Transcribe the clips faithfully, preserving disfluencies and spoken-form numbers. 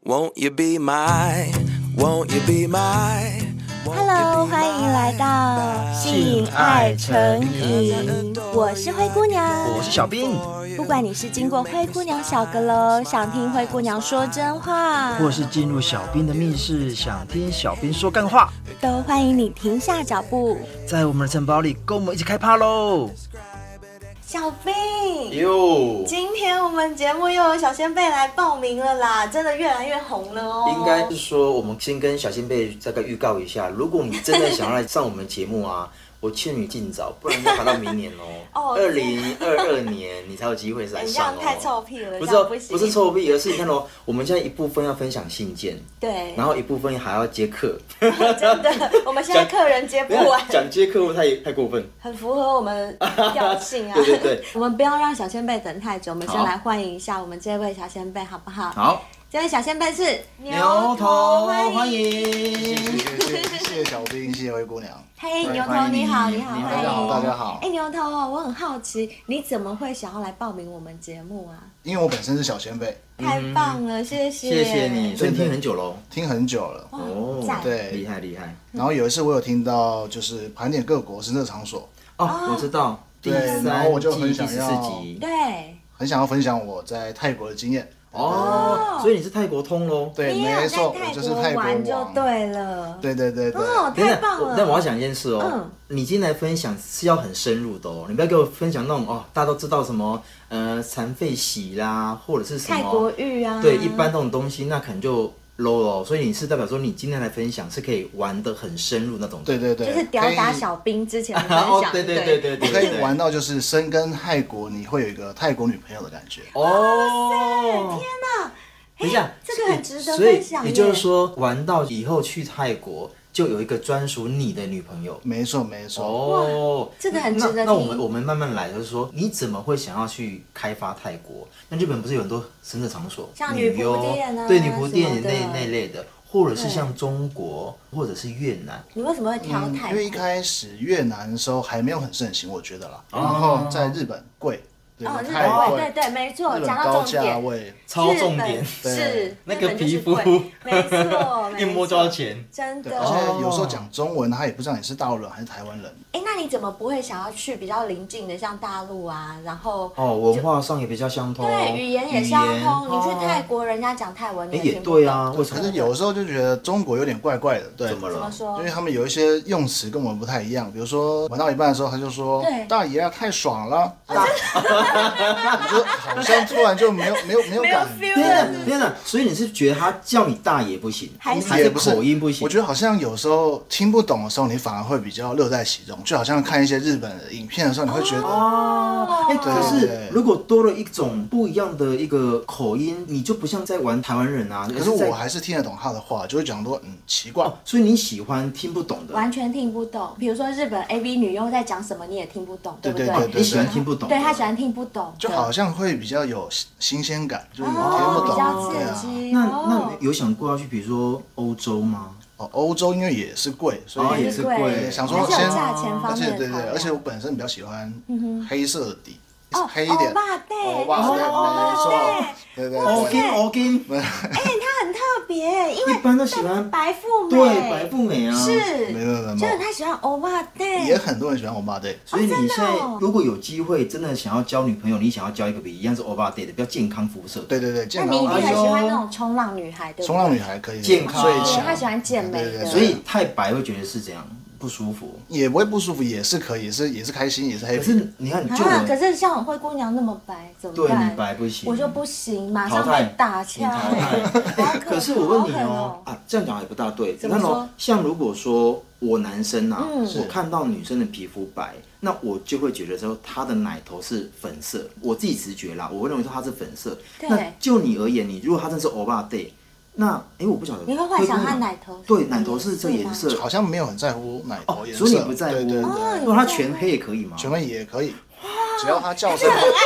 Won't you be my, won't you be my Hello， 欢迎来到性爱成瘾，我是灰姑娘， 我是小兵。 不管你是经过灰姑娘小阁楼，想听灰姑娘说真话， 或是进入小兵的密室，想听小兵说干话， 都欢迎你停下脚步， 在我们的城堡里跟我们一起开趴咯。 小兵哟， 今天我们节目又有小仙贝来报名了啦，真的越来越红了哦。 应该是说，我们先跟小仙贝大概预告一下，如果你真的想要来上我们节目啊，我劝你尽早，不然要排到明年哦。二零二二年你才有机会来上哦。 你这样太臭屁了， 不是不不是臭屁，而是你看哦，我们现在一部分要分享信件， 对， 然后一部分还要接客。 真的，我们现在客人接不完， 讲接客户太太过分， 很符合我们调性啊。 对对对， 我们不要让小仙贝等太久，我们先来欢迎一下我们这位小仙贝，好不好？ 好。 这位小仙贝是牛头，欢迎， 谢谢谢谢小兵，谢谢灰姑娘。 嘿，牛头你好，你好，欢迎， 大家好，大家好。 哎，牛头，我很好奇，你怎么会想要来报名我们节目啊？ 因为我本身是小仙贝， 太棒了，谢谢， 谢谢你，所以你听很久喽， 听很久了。 哦， 对， 厉害厉害。 然后有一次我有听到，就是盘点各国深色场所。 哦，我知道，第对，然后我就很三季第十想要， 四集， 对， 很想要分享我在泰国的经验。 哦，所以你是泰国通喽？ 对， 你也有没错， 在我就是泰国玩就王。 对了。 对对对对。 哦，太棒了！ 但我要讲一件事哦， 嗯你今天来分享是要很深入的哦，你不要给我分享那种哦，大家都知道什么呃残废洗啦，或者是什么泰国浴啊， 对，一般这种东西那可能就 low 了，所以你是代表说你今天来分享是可以玩得很深入那种。 对对对， 就是吊打小兵之前的分哦， 享。 对对对对对， 你可以玩到就是深耕泰国，你会有一个泰国女朋友的感觉。 哦， 天哪！ 等一下， 这个很值得所以分享耶。 也就是说，玩到以后去泰国就有一个专属你的女朋友。 没错没错。 哦， 这个很值得听那那我们我们慢慢来，就是说，你怎么会想要去开发泰国？那日本不是有很多深色场所， 像女优仆店啊对女仆店什么的那那类的，或者是像中国，或者是越南。 你为什么会挑嗯， 泰国？ 因为一开始越南的时候还没有很盛行，我觉得啦。 哦然后在日本贵，对哦，日太本贵， 对对，没错， 日本讲到高价重点。 位。 超重点， 是那个日本就是皮肤贵没错， 一摸就要钱。 真的。 对，而且有时候讲中文，他也不知道你是大陆人还是台湾人。 哎，那你怎么不会想要去比较邻近的，像大陆啊，然后哦，文化上也比较相通， 对语言也相语言通？你去哦泰国，人家讲泰文，你哎也也听不懂。 对啊，为什么？ 可是有时候就觉得中国有点怪怪的，对。 怎么了？ 怎么说因为？他们有一些用词跟我们不太一样，比如说玩到一半的时候，他就说对：“ 大爷啊，太爽了！”大，你就好像突然就没有没有没有没有感 feel 天哪了， 天哪！所以你是觉得他叫你大爷不行， 还是还是也不是口音不行？ 我觉得好像有时候听不懂的时候，你反而会比较乐在其中，就好像看一些日本的影片的时候，你会觉得哦，哎，可是对对如果多了一种不一样的一个口音，你就不像在玩台湾人啊。 可是在我还是听得懂他的话，就会讲说嗯奇怪。 哦，所以你喜欢听不懂的， 完全听不懂。比如说日本 A V 女优在讲什么，你也听不懂，不对？ 对对对你喜欢听不懂的， 对他喜欢听不懂的， 就好像会比较有新鲜感，就是你听哦不懂， 比较对啊。 刺激。 那哦那有想过要去，比如说欧洲吗？ 哦，欧洲因为也是贵，所以哦也是贵想说还是有先， 价钱方而且对对， 面的考量而且我本身比较喜欢黑色的底， 哦， 黑一点欧，巴对， 欧巴对，没错，对对对。 欧金欧金， 哎，他很特别，因为一般都喜欢白富美， 对白富美啊， 是， 没有没有没有， 就是他喜欢欧巴对， 也很多人喜欢欧巴对， 所以你现在哦如果有机会真的想要交女朋友，你想要交一个比一样是欧巴 day 的比较健康肤色， 对对对， 那健你一定很康哎呦喜欢那种冲浪女孩，对不对？ 冲浪女孩可以健康睡起哦他喜欢健美的， 对对对所以太白会觉得是这样不舒服。 也不会不舒服，也是可以，也是也是开心，也是可 happy。 是你看，就啊，可我是像我灰姑娘那么白，怎么对办？ 你白不行， 我就不行，马上淘汰被打你枪。 淘汰。 好可是我问你好狠哦，啊，这样讲也不大对。你怎么说看哦，像如果说我男生啊， 嗯我看到女生的皮肤白，那我就会觉得说她的奶头是粉色，我自己直觉啦，我会认为说她是粉色。 对那就你而言，你如果她真的是欧巴 day，那哎，我不晓得， 你会幻想她奶头是对， 什么奶头是这个颜颜色， 好像没有很在乎奶头颜色， 所以你不在乎。 对对哦对， 如果她全黑也可以吗？ 全妹也可以，只要她叫声，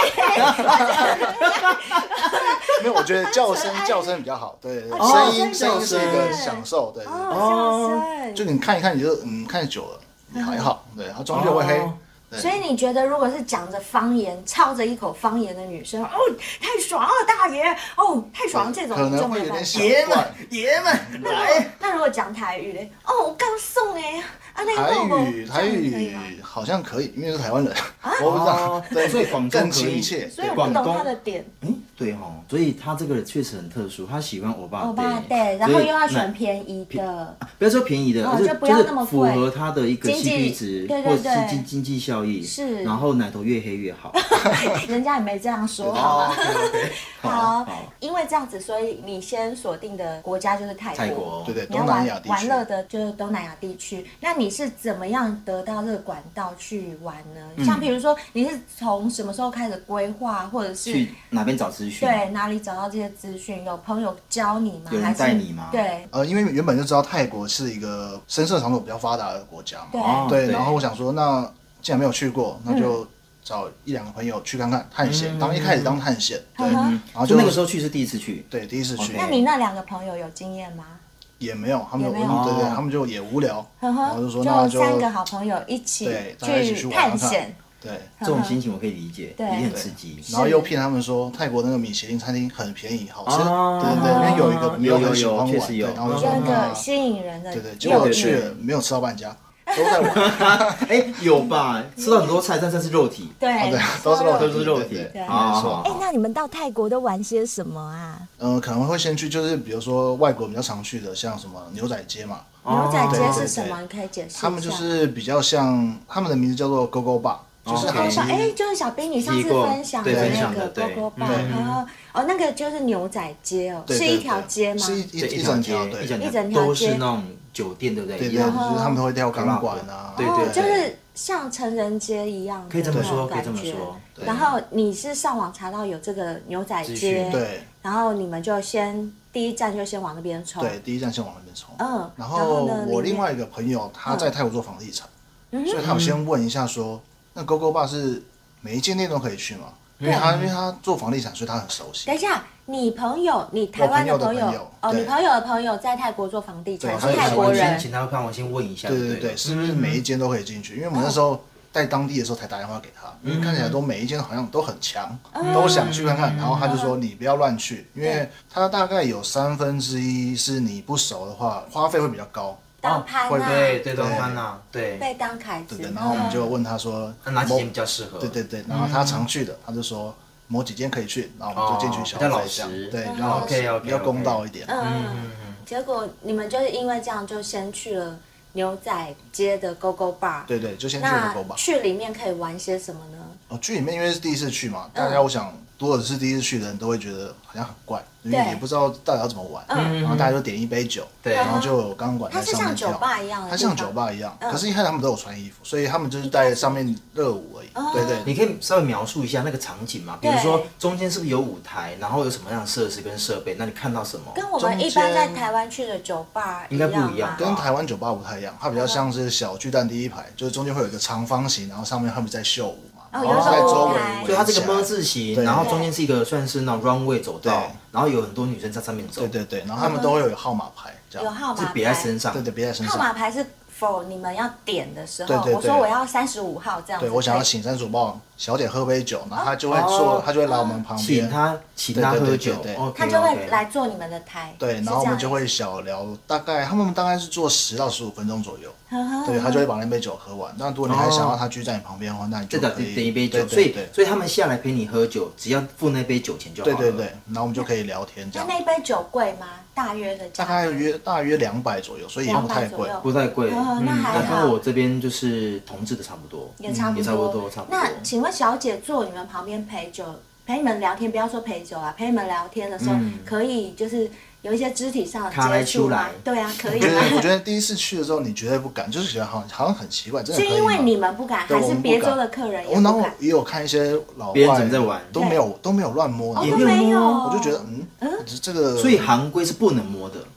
没有，我觉得叫声叫声比较好，对对对， 哦声音声音声音是一个享受，对对对， 哦，笑声就你看一看，你就嗯看久了也还好，对，它终究会黑哦， 所以你觉得，如果是讲着方言、操着一口方言的女生，哦，太爽了，大爷，哦，太爽了，这种可能会有点小怪。 爷们来。 那如果讲台语嘞，哦，我刚送哎，啊，那台语台语好像可以，因为是台湾人，我不知道，对， 所以广东更亲切。 所以我不懂他的点。 嗯，对哈，所以他这个确实很特殊，他喜欢欧巴欧巴对，然后又要选便宜的， 不要说便宜的，而是就不要那么符合他的一个 C P 值或者是经经济效益， 是， 然后奶头越黑越好。 人家也没这样说，好吗？好，因为这样子，所以你先锁定的国家就是泰国， 泰国， 对对，东南亚地区。 玩乐的就是东南亚地区。那你是怎么样得到这个管道去玩呢？像比如说，你是从什么时候开始规划，或者是去哪边找资讯？ 对，哪里找到这些资讯？有朋友教你吗？ 有人带你吗？ 对， 呃，因为原本就知道泰国是一个深色场所比较发达的国家嘛， 对， 对，然后我想说，那既然没有去过，那就找一两个朋友去看看探险，当一开始当探险，对，然后就那个时候去是第一次去， 对，第一次去。 那你那两个朋友有经验吗？ 也没有，他们对对，他们就也无聊，然后就说那就三个好朋友一起去探险。 对， 这种心情我可以理解，也很刺激。 然后又骗他们说泰国那个米其林餐厅很便宜，好吃。对对对，因为有一个没有很喜欢玩，对，然后就说那个吸引人的， 对对，结果去了没有吃到半家。都在玩， 哎，有吧？吃到很多菜，但是是肉体， 对， 都是肉， 都是肉体， 没错。哎，那你们到泰国都玩些什么啊？ 嗯，可能会先去，就是比如说外国比较常去的，像什么牛仔街嘛。 牛仔街是什么？你可以解释一下。 他们就是比较像，他们的名字叫做 Go Go Bar， 就是好像哎，就是小兵你上次分享的那个 Go Go Bar，然后哦，那个就是牛仔街哦，是一条街吗？ 是一一整条，对， 一整条都是那种酒店，对不对？ 对对，就是他们都会跳钢管啊， 对对， 就是像成人街一样， 可以这么说，可以这么说。 然后你是上网查到有这个牛仔街， 对， 然后你们就先第一站就先往那边冲， 对，第一站先往那边冲。 嗯， 然后我另外一个朋友他在泰国做房地产，所以他有先问一下说，那 Go Go Bar 是每一间店都可以去吗？因为他因为他做房地产，所以他很熟悉。 等一下，你朋友，你台湾的朋友，哦，你朋友的朋友在泰国做房地产，是泰国人。 请他帮我先问一下， 对对对，是不是每一间都可以进去？因为我们那时候在当地的时候才打电话给他，因为看起来都每一间好像都很强，都想去看看。然后他就说你不要乱去，因为他大概有三分之一是你不熟的话，花费会比较高。 当攀啊，对对当攀啊，对， 被当凯子。 对对，然后我们就问他说， 那哪几间比较适合？ 对对对，然后他常去的，他就说某几间可以去，然后我们就进去消费这样，对，然后比较公道一点。 嗯嗯嗯。结果你们就是因为这样，就先去了牛仔街的 Go Go Bar。 对对，就先去了 Go Go Bar。 去里面可以玩些什么呢？ 哦，去里面因为是第一次去嘛，大家我想。如果是第一次去的人都会觉得好像很怪，因为也不知道到底要怎么玩，然后大家就点一杯酒，然后就有钢管在上面跳。 它是像酒吧一样的， 它像酒吧一样，可是一开始他们都有穿衣服，所以他们就是在上面热舞而已。对对， 你可以稍微描述一下那个场景嘛，比如说中间是不是有舞台，然后有什么样的设施跟设备？那你看到什么？ 跟我们一般在台湾去的酒吧应该不一样， 跟台湾酒吧不太一样，它比较像是小巨蛋第一排，就是中间会有一个长方形，然后上面他们在秀舞。 哦，有在周围， 所以它这个么字形，然后中间是一个算是那种 runway 走道，然后有很多女生在上面走。 对对对，然后他们都会有号码牌，这样有号码牌， 是别在身上。 对对，别在身上。 号码牌是 for 你们要点的时候， 对对对， 我说我要三十五号这样子。 对，我想要请三十五号小姐喝杯酒，然后她就会坐，她就会来我们旁边， 请她请她喝酒， 她就会来坐你们的台。 对，然后我们就会小聊，大概他们大概是坐十到十五分钟左右。对，他就会把那杯酒喝完。那如果你还想要他居在你旁边的话，那你就可以点一杯酒。所以，所以他们下来陪你喝酒，只要付那杯酒钱就好了。 对对对，然后我们就可以聊天这样。 那那杯酒贵吗？大约的价？ 大概约大约两百左右，所以也不太贵， 不太贵。 那还好。 那跟我这边就是同志的差不多， 也差不多， 也差不多，差不多。 那请问小姐坐你们旁边陪酒，陪你们聊天，不要说陪酒啊，陪你们聊天的时候，可以就是有一些肢体上的接触吗？对啊，可以。 我觉得，我觉得第一次去的时候，你绝对不敢，就是觉得好像好像很奇怪，真的。 是因为你们不敢，还是别桌的客人也不敢？ 然后也有看一些老外， 别人怎么在玩， 都没有都没有乱摸， 也没有摸， 我就觉得嗯嗯，这个。 所以行规是不能摸的。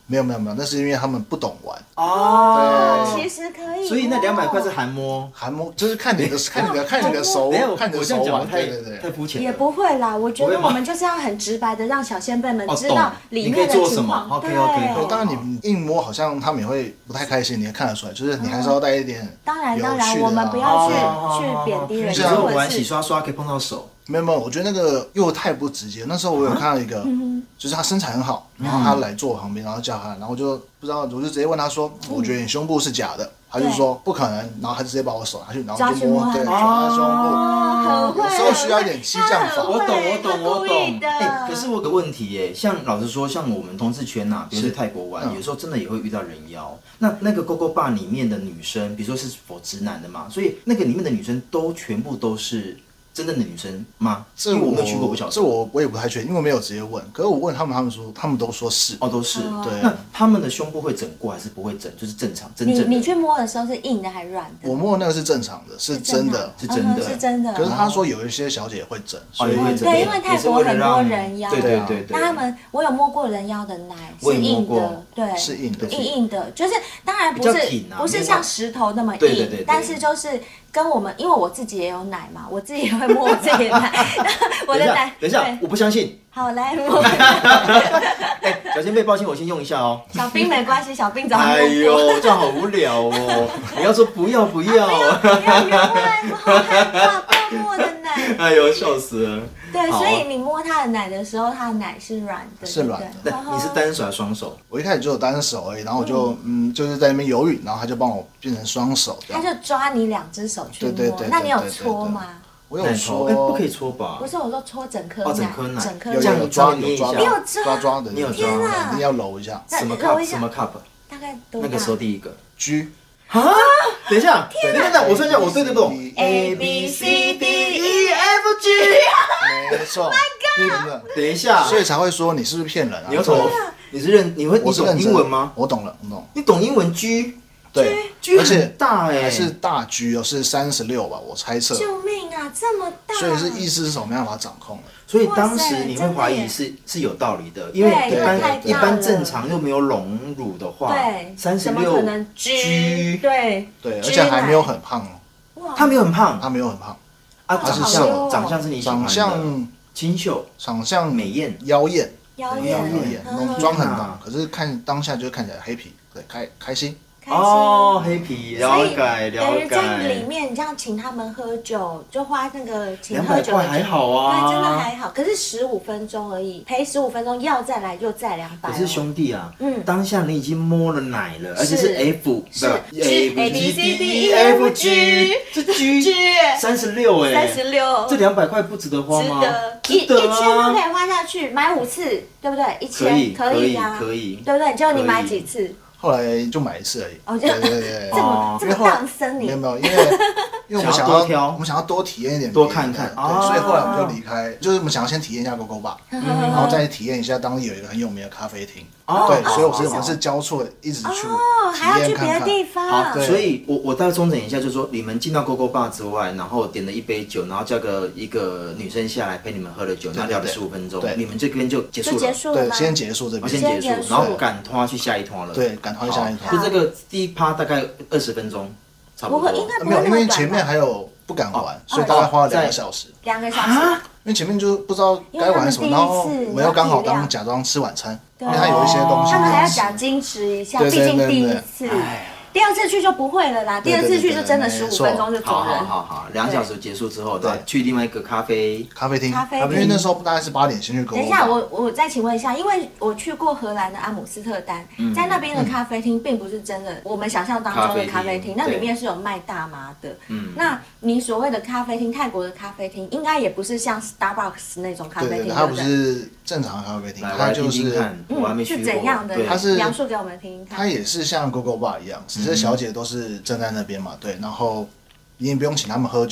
没有没有没有，那是因为他们不懂玩。 哦，其实可以。 所以那两百块是含摸， 含摸就是看你的看你的看你的手，看你的手腕，对对对， 太肤浅了。 也不会啦，我觉得我们就是要很直白的让小先辈们知道里面的情况。 对 OK。 当然你硬摸好像他们也会不太开心，你也看得出来，就是你还是要带一点。 当然当然，我们不要去去贬低人。 有时候玩洗刷刷可以碰到手。 没有没有，我觉得那个又太不直接。那时候我有看到一个，就是他身材很好，然后他来坐我旁边，然后叫他，然后我就不知道，我就直接问他说：“我觉得你胸部是假的。”他就说不可能，然后他直接把我手拿去，然后就摸，对，抓他胸部。有时候需要一点激将法。 我懂我懂我懂。哎，可是我有个问题耶，像老实说，像我们同志圈呐，比如说泰国玩，有时候真的也会遇到人妖。那那个 Go Go Bar 里面的女生，比如说是否直男的嘛，所以那个里面的女生都全部都是。真正的女生吗？ 这我没有去过，不晓得。 这我我也不太确定，因为我没有直接问。可是我问他们，他们说他们都说是。 哦，都是。 对。 那他们的胸部会整过还是不会整？就是正常，真正的。 你你去摸的时候是硬的还是软的？ 我摸的那个是正常的，是真的， 是真的， 是真的。 可是他说有一些小姐会整，所以会整。 对，因为泰国很多人妖。 对对对对。 那他们，我有摸过人妖的奶，是硬的，对， 是硬的， 硬硬的，就是当然不是不是像石头那么硬，但是就是跟我们，因为我自己也有奶嘛，我自己也会摸我自己的奶。我的奶， 等一下，我不相信。 好，来摸。 哎，小仙贝，抱歉，我先用一下哦。 小兵没关系，小兵早。 哎呦，这样好无聊哦！你要说不要不要， 不要原味，我好害怕，不要摸我的奶。 哎呦，笑死了。 对，所以你摸他的奶的时候，他的奶是软的， 是软的。 你是单手还是双手？ 我一开始就有单手而已，然后我就嗯，就是在那边游泳，然后他就帮我变成双手。 他就抓你两只手去摸。 对对对。 那你有搓吗？ 我有搓， 哎，不可以搓吧？ 不是，我说搓整颗奶， 整颗奶， 整颗有有抓有抓， 你有抓抓的， 你有抓， 一定要揉一下。 什么 cup？什么 cup？ 大概多大？ 那个时候第一个 G。 啊！等一下，等一下，我算一下，我对对不懂。 A B C D E F G。 没错。 等一下， 所以才会说你是不是骗人啊？ 你有什么？你是认？你会？你懂英文吗？ 我懂了，我懂。 你懂英文 G？ 对， 而且大哎， 还是大 G 哦，是三十六吧，我猜测。 救命啊，这么大！ 所以是意思是什么？没办法掌控的。 所以当时你会怀疑是是有道理的，因为一般一般正常又没有隆乳的话，三十六 G， 对对，而且还没有很胖哦。哇， 他没有很胖， 他没有很胖啊，长相长相是你喜欢的， 长相清秀， 长相美艳， 妖艳， 妖艳，妖艳，妆很浓，可是看当下就看起来黑皮，对，开开心。 哦，黑皮，了解了解。 等于在里面，你这样请他们喝酒，就花那个请喝酒两百块还好啊， 对，真的还好。可是十五分钟而已，陪十五分钟，要再来就再两百。 可是兄弟啊，嗯，当下你已经摸了奶了，而且是 F， 是 A B C D E F G， 是 G， 三十六哎， 三十六， 这两百块不值得花吗？ 值得，一一千都可以花下去，买五次，对不对？一千可以啊， 可以， 对不对？就你买几次？ 后来就买一次而已。 哦，对对对，这么这么当真你？ 没有没有，因为因为我们想要我们想要多体验一点， 多看看， 所以后来我们就离开，就是我们想要先体验一下 Go Go Bar，然后再体验一下当地有一个很有名的咖啡厅。对，所以我是我们是交错一直去体验看看。 好， 所以我我大概重整一下，就是说你们进到 Go Go Bar 之外，然后点了一杯酒，然后叫个一个女生下来陪你们喝了酒，然后聊了十五分钟，你们这边就结束了。 对，先结束这边， 先结束，然后赶拖去下一拖了。 对，赶拖下一拖。 就这个第一趴大概二十分钟，差不多。 没有，因为前面还有不敢玩，所以大概花了两个小时。 两个小时。 因为前面就不知道该玩什么，然后我们又刚好当假装吃晚餐，因为它有一些东西。 他们还要假矜持一下，毕竟第一次。第二次去就不会了啦，第二次去就真的十五分钟就走人。 好好好，两小时结束之后，对，去另外一个咖啡咖啡厅。 咖啡厅， 因为那时候大概是八点先去购物。 等一下，我我再请问一下，因为我去过荷兰的阿姆斯特丹，在那边的咖啡厅并不是真的我们想象当中的咖啡厅，那里面是有卖大麻的。嗯，那你所谓的咖啡厅，泰国的咖啡厅应该也不是像 Starbucks 那种咖啡厅， 它不是正常的咖啡厅，它就是嗯是怎样的？ 它是描述给我们听听看。 它也是像 Go Go Bar 一样，只是小姐都是站在那边嘛，对，然后你也不用请他们喝酒，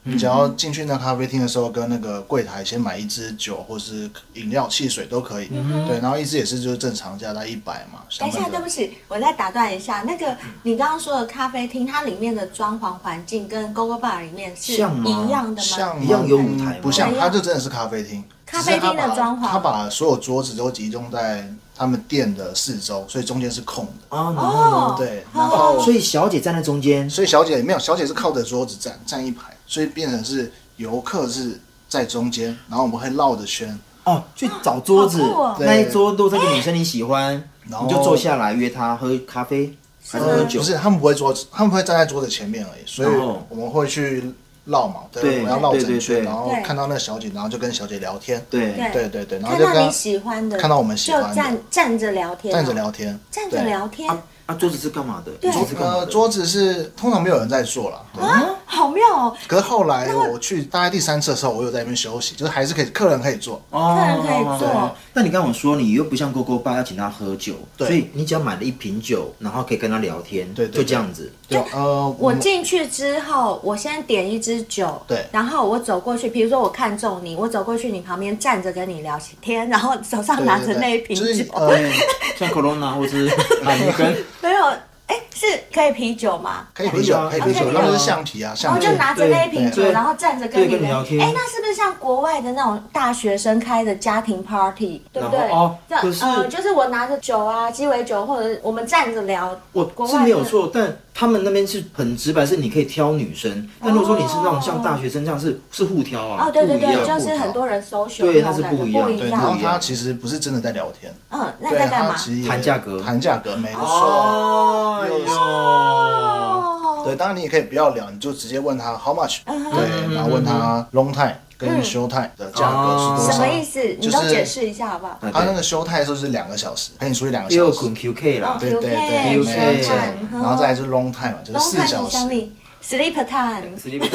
你只要进去那咖啡厅的时候，跟那个柜台先买一支酒或是饮料、汽水都可以。对，然后一支也是就是正常价在一百嘛。 等一下，对不起，我再打断一下，那个你刚刚说的咖啡厅，它里面的装潢环境跟 Gogo Bar 里面是一样的吗？ 像一样有舞台吗？ 不像，它就真的是咖啡厅。 咖啡厅的装潢， 他把所有桌子都集中在他们店的四周，所以中间是空的。 哦，然后呢？ 对，然后所以小姐站在中间， 所以小姐没有，小姐是靠着桌子站站一排，所以变成是游客是在中间，然后我们会绕着圈。 哦，去找桌子， 哦那一桌都是个女生你喜欢， 然后你就坐下来约她喝咖啡还是喝酒？ 不是，他们不会桌子，他们会站在桌子前面而已，所以我们会去绕嘛，对，我们要绕整圈，然后看到那个小姐，然后就跟小姐聊天， 对对对对，然后就跟看到你喜欢的， 看到我们喜欢的， 就站站着聊天， 站着聊天， 站着聊天。 啊，桌子是干嘛的？ 对， 桌子干嘛的？ 呃，桌子是通常没有人在坐了。 啊，好妙哦！ 可是后来我去大概第三次的时候，我有在那边休息，就是还是可以，客人可以坐， 客人可以坐。 那你刚刚说你又不像 Gogo Bar 要请他喝酒，所以你只要买了一瓶酒，然后可以跟他聊天， 对， 就这样子。 对，呃， 我进去之后，我先点一支酒， 对， 然后我走过去，比如说我看中你，我走过去你旁边站着跟你聊天，然后手上拿着那一瓶酒， 像 Corona 或是海尼根， 没有。哎，是可以啤酒吗？ 可以啤酒，可以啤酒，那不是橡皮啊，橡皮。 然后就拿着那一瓶酒，然后站着跟你聊天。哎，那是不是像国外的那种大学生开的家庭 party， 对不对？ 哦，可是呃，就是我拿着酒啊，鸡尾酒，或者我们站着聊。 我是没有错，但他们那边是很直白，是你可以挑女生。但如果说你是那种像大学生这样，是是互挑啊。 哦，对对对，就是很多人social。 对，那是不一样。 对，然后他其实不是真的在聊天。 嗯，那在干嘛？ 谈价格， 谈价格，没错。 哎呦， 对，当然你也可以不要聊，你就直接问他 how much， 对，然后问他 long time 跟 show time 的价格是多少？ 什么意思？你都解释一下好不好？ 他那个 show time 就是两个小时，陪你出去两个小时。 又捆 Q K 啦， 对对对，没错。然后再来就是 long time 嘛，就是四小时。 Sleep time，sleep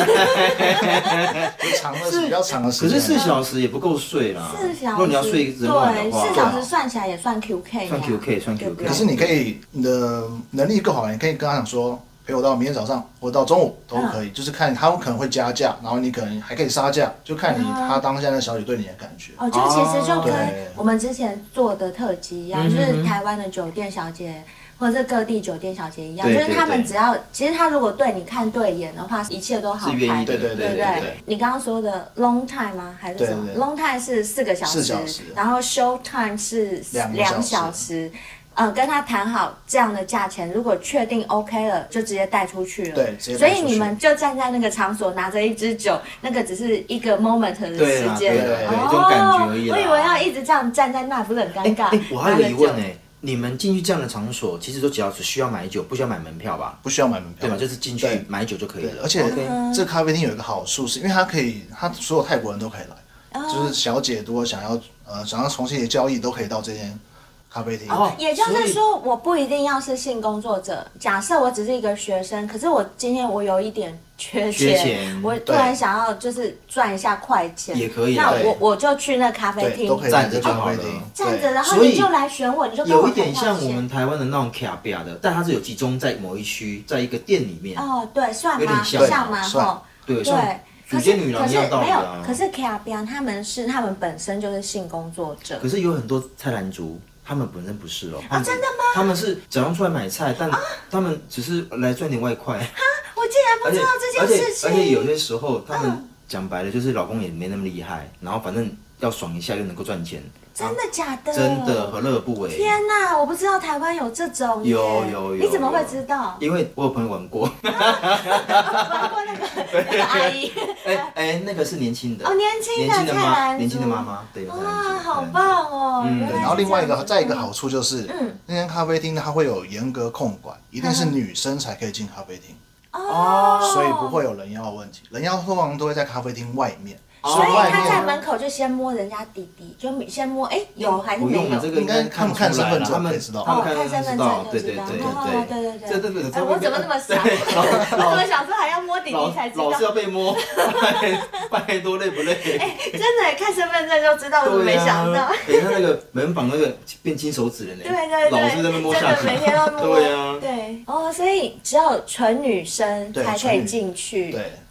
time， 长的是比较长的时间。 可是四小时也不够睡啦。 四小时， 如果你要睡人晚的话， 对，四小时算起来也算 Q K， 算 Q K， 算 Q K。 可是你可以，你的能力够好，你可以跟他讲说，陪我到明天早上或到中午都可以，就是看他们可能会加价，然后你可能还可以杀价，就看你他当下的小姐对你的感觉。 哦，就其实就跟我们之前做的特辑一样，就是台湾的酒店小姐。或者是各地酒店小姐一样，就是他们只要，其实他如果对你看对眼的话，一切都好拍， 对对对对。 你刚刚说的 long time 吗？还是什么 long time 是四个小时，然后 show time 是两小时。呃，跟他谈好这样的价钱，如果确定 OK 了，就直接带出去了。 对，直接所以你们就站在那个场所，拿着一支酒，那个只是一个 moment 的时间， 对对，这种感觉而已。 我以为要一直这样站在那，不是很尴尬？ 哎，我还有个疑问哎。你们进去这样的场所，其实都只要只需要买酒，不需要买门票吧？ 不需要买门票， 对吧？就是进去买酒就可以了。 而且这咖啡厅有一个好处，是因为它可以，它所有泰国人都可以来，就是小姐多想要呃想要重新的交易都可以到这间咖啡厅。 哦，也就是说，我不一定要是性工作者。假设我只是一个学生，可是我今天我有一点缺钱，我突然想要就是赚一下快钱， 也可以。 那我我就去那咖啡厅站着就好了， 站着，然后你就来选我，你就有一点像我们台湾的那种卡比亚的，但它是有集中在某一区，在一个店里面。 哦，对，算吗？ 有点像， 像吗？吼， 对对。可是女郎一样道理啊。 可是卡比亚他们是他们本身就是性工作者。 可是有很多菜篮族。他们本身不是哦， 啊，真的吗？ 他们是早上出来买菜，但他们只是来赚点外快。 哈，我竟然不知道这件事情。 而且有些时候，他们讲白了就是老公也没那么厉害，然后反正要爽一下又能够赚钱。 真的假的？ 真的，何乐而不为？ 天哪，我不知道台湾有这种。 有有有。 你怎么会知道？ 因为我有朋友玩过。 玩过那个那个阿姨。 哎哎，那个是年轻的。 哦，年轻的菜篮族。 年轻的妈妈，对。 哇，好棒哦！ 嗯，然后另外一个再一个好处就是，嗯，那间咖啡厅它会有严格控管，一定是女生才可以进咖啡厅。哦。所以不会有人妖的问题，人妖通常都会在咖啡厅外面。 所以他在门口就先摸人家弟弟，就先摸，哎，有还是没有？ 这个应该他们看身份证可以知道。 哦，看身份证就知道。哦，对对对。这这个，我怎么那么傻？我怎么想说还要摸弟弟才知道？ 老是要被摸，拜托累不累？ 哎，真的看身份证就知道，我没想到。 哎，他那个门绑那个变金手指了呢。 对对对。 老是在那边摸下去。 每天都摸。 对啊。 对。哦，所以只有纯女生才可以进去。 对。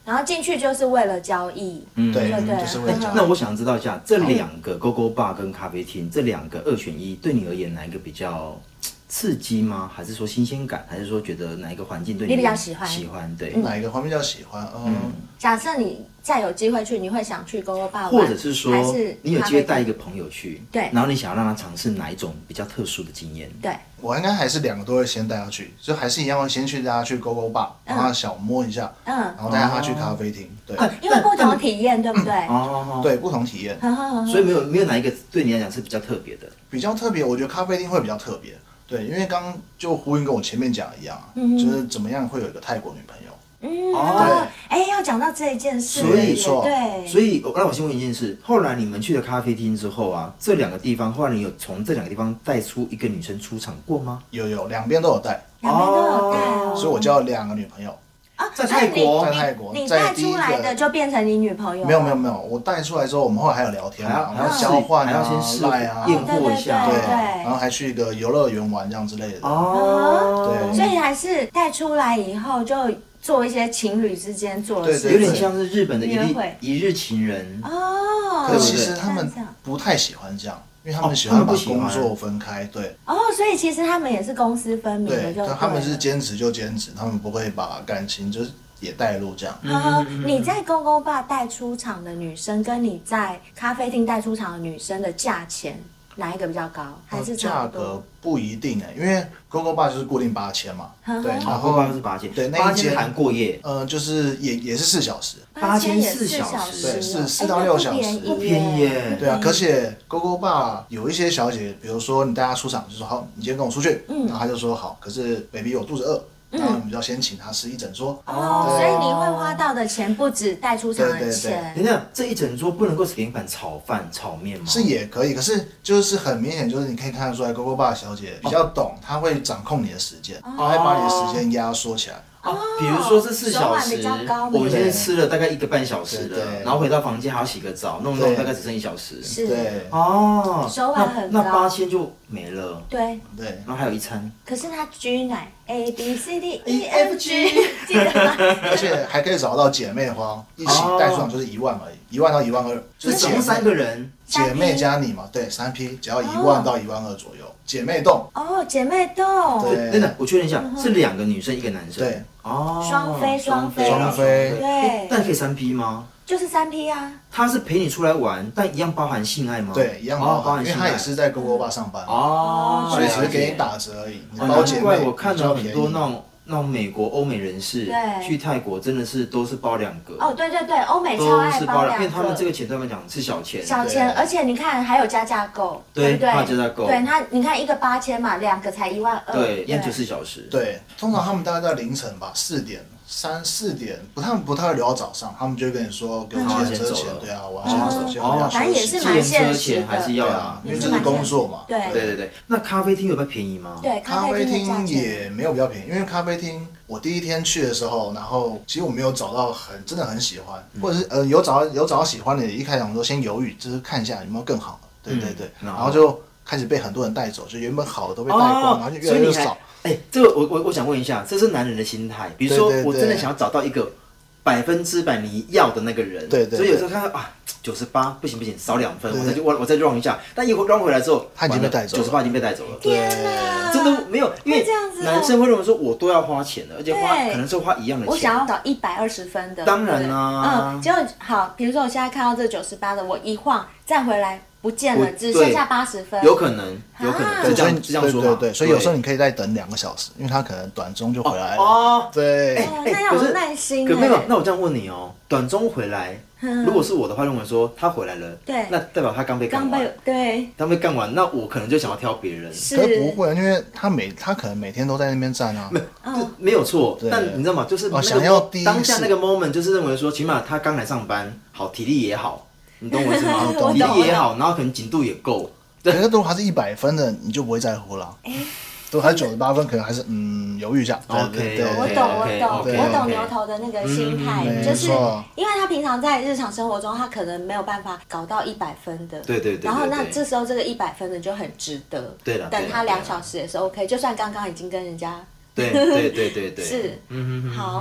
然后进去就是为了交易， 嗯对对对， 就是为了交易那我想知道一下，这两个 GoGo Bar 跟咖啡厅，这两个二选一，对你而言哪一个比较刺激吗？还是说新鲜感？还是说觉得哪一个环境对你比较喜欢喜欢，对。 哪一个方面比较喜欢？嗯， 假设你再有机会去，你会想去 GoGo Bar 玩， 或者是说还是你有机会咖啡厅带一个朋友去， 对然后你想要让他尝试哪一种比较特殊的经验？ 对， 我应该还是两个都会先带他去，就还是一样会先去带他去 GoGo Bar，让他小摸一下， 嗯， 然后带他去咖啡厅，对因为不同体验，对不对？ 哦， 对，不同体验。 所以没有没有哪一个对你来讲是比较特别的。 比较特别，我觉得咖啡厅会比较特别，对，因为刚刚就呼应跟我前面讲的一样啊，就是怎么样会有一个泰国女朋友。 嗯， 哦哎，要讲到这一件事， 所以也说对， 所以，我让我先问一件事：后来你们去了咖啡厅之后啊，这两个地方，后来你有从这两个地方带出一个女生出场过吗？ 有有，两边都有带， 两边都有带哦， 所以我交了两个女朋友。 啊在泰国所以你在泰国你在第一个带出来的就变成你女朋友， 没有没有没有，我带出来之后，我们后来还有聊天还要嘛，然后交换还要啊先试赖啊， 验货一下， 对， 对对然后还去一个游乐园玩这样之类的。 哦， 对所以还是带出来以后就做一些情侣之间做的对对事情， 有点像是日本的一日约会一日情人。 哦。 可是其实他们这样这样不太喜欢这样，因为他哦们喜欢把他们不喜欢工作分开，对哦，所以其实他们也是公私分明的， 对， 就就他们是对了兼职就兼职，他们不会把感情就是也带入这样。 啊，你在公公爸带出场的女生，跟你在咖啡厅带出场的女生的价钱，哪一个比较高？还是差价不多格？不一定哎，因为 GoGo Bar 就是固定八千嘛， 呵呵对， 然然后后八是八千， 对那八千一间含过夜， 呃就是也也是四小时， 八千也四小小时对哦是四哎那到六小时不便宜不便宜耶对啊，而且 GoGo Bar 有一些小姐，比如说你带她出场，就说好，你今天跟我出去， 嗯然后她就说好，可是 baby 我肚子饿，然后你就要先请她吃一整桌。 哦，所以你会花到的钱不止带出场的对对对钱， 等一下，这一整桌不能够点一盘炒饭、炒面吗？ 是也可以，可是就是很明显，就是你可以看得出来，GoGo Bar 小姐比较懂，她会掌控你的时间，她会把你的时间压缩起来。 哦，比如说这四小手腕时比较高， 我们现在对吃了大概一个半小时对了， 对然后回到房间还要洗个澡，弄一弄对大概只剩一小时。 是， 对哦， 手腕很那那高八千就没了， 对。 对， 然后还有一餐。 可是它 G 奶 A B C D E F G，记得吗？ 而且还可以找到姐妹花，一起带出场就是一万而已，一万到一万二，就是姐妹总共三个人， 姐妹加你嘛，对，三 P 只要一万到一万二左右，姐妹洞。 哦，姐妹洞， 对等等，我确认一下，是两个女生一个男生。 对， 哦， 双飞双飞双飞对哎但可以三 P 吗？ 就是三 P 啊。 他是陪你出来玩，但一样包含性爱吗？ 对，一样哦包包含，因为含性爱。 他也是在 GoGo Bar 上班， 哦， 所以只是给你了解打折而已。你哦包姐妹难怪我看了很比较便宜多那种那种美国欧美人士对去泰国，真的是都是包两个， 哦，对对对，欧美超都爱是包两， 包两因为他们这个个钱对他们讲是小钱。 小钱， 对而且你看还有加价购， 对不对？ 还有加价购对它，你看一个八千嘛，两个才一万二， 对，研究四小时。 对，通常他们大概在凌晨吧，四点、三四点，不，他们不太会留到早上，他们就会跟你说给我嗯计程车钱哦， 对啊，我要先走，先回哦家反正也休息。 是蛮现车实的， 钱还是要对啦啊，因为这是工作嘛。 对对对对，那咖啡厅有没有便宜吗？ 对， 咖啡啡厅的价厅钱也没有比较便宜，因为咖啡厅我第一天去的时候，然后其实我没有找到很真的很喜欢， 嗯或者是呃有找到有找到喜欢的，一开始我们都先犹豫，就是看一下有没有更好的，对对对， 嗯然后就开始被很多人带走，就原本好的都被带光，然后就越所以你还来越少。 哎，这个我我我想问一下，这是男人的心态。比如说， 对对对我真的想要找到一个百分之百你要的那个人， 对对对所以有时候看到啊，九十八不行不行，少两分， 对我再去我我再 run 一下，但一 run 回来之后， 他已经被带走了九十八已经被带走了。 天哪， 真的没有，因为会这样子哦男生会认为说我都要花钱的，而且花对可能是花一样的钱。 我想要找一百二十分的， 当然啦嗯，结果好，比如说我现在看到这九十八的，我一晃再回来不见了， 不对只剩下八十分， 有可能，有可能啊是这样所以是这样说嘛对对对，所以有时候你可以再等两个小时，因为他可能短中就回来了。 哦， 对， 哦， 哎那要有可是耐心可没有哎， 那我这样问你哦，短中回来，如果是我的话，认为说他回来了， 对那代表他刚被干完刚被，对刚被干完，那我可能就想要挑别人， 是可是不会，因为他每他可能每天都在那边站啊。 这没有错， 对但你知道吗？就是那个想要第一次当下那个 moment，就是认为说，起码他刚来上班，好体力也好，你懂我意思吗我？懂体力也好，然后可能紧度也够， 可是如果他是一百分的，你就不会在乎了。如果他九十八分，可能还是嗯犹豫一下。对 OK， 对对我 OK， 懂，我 OK， 懂， OK， 我懂 OK 牛头的那个心态， 嗯就是没错因为他平常在日常生活中，他可能没有办法搞到一百分的， 对对对对然后那对这时候这个一百分的就很值得， 对啦等他对啦两小时也是 OK，就算刚刚已经跟人家对对对对对， 是嗯哼哼好。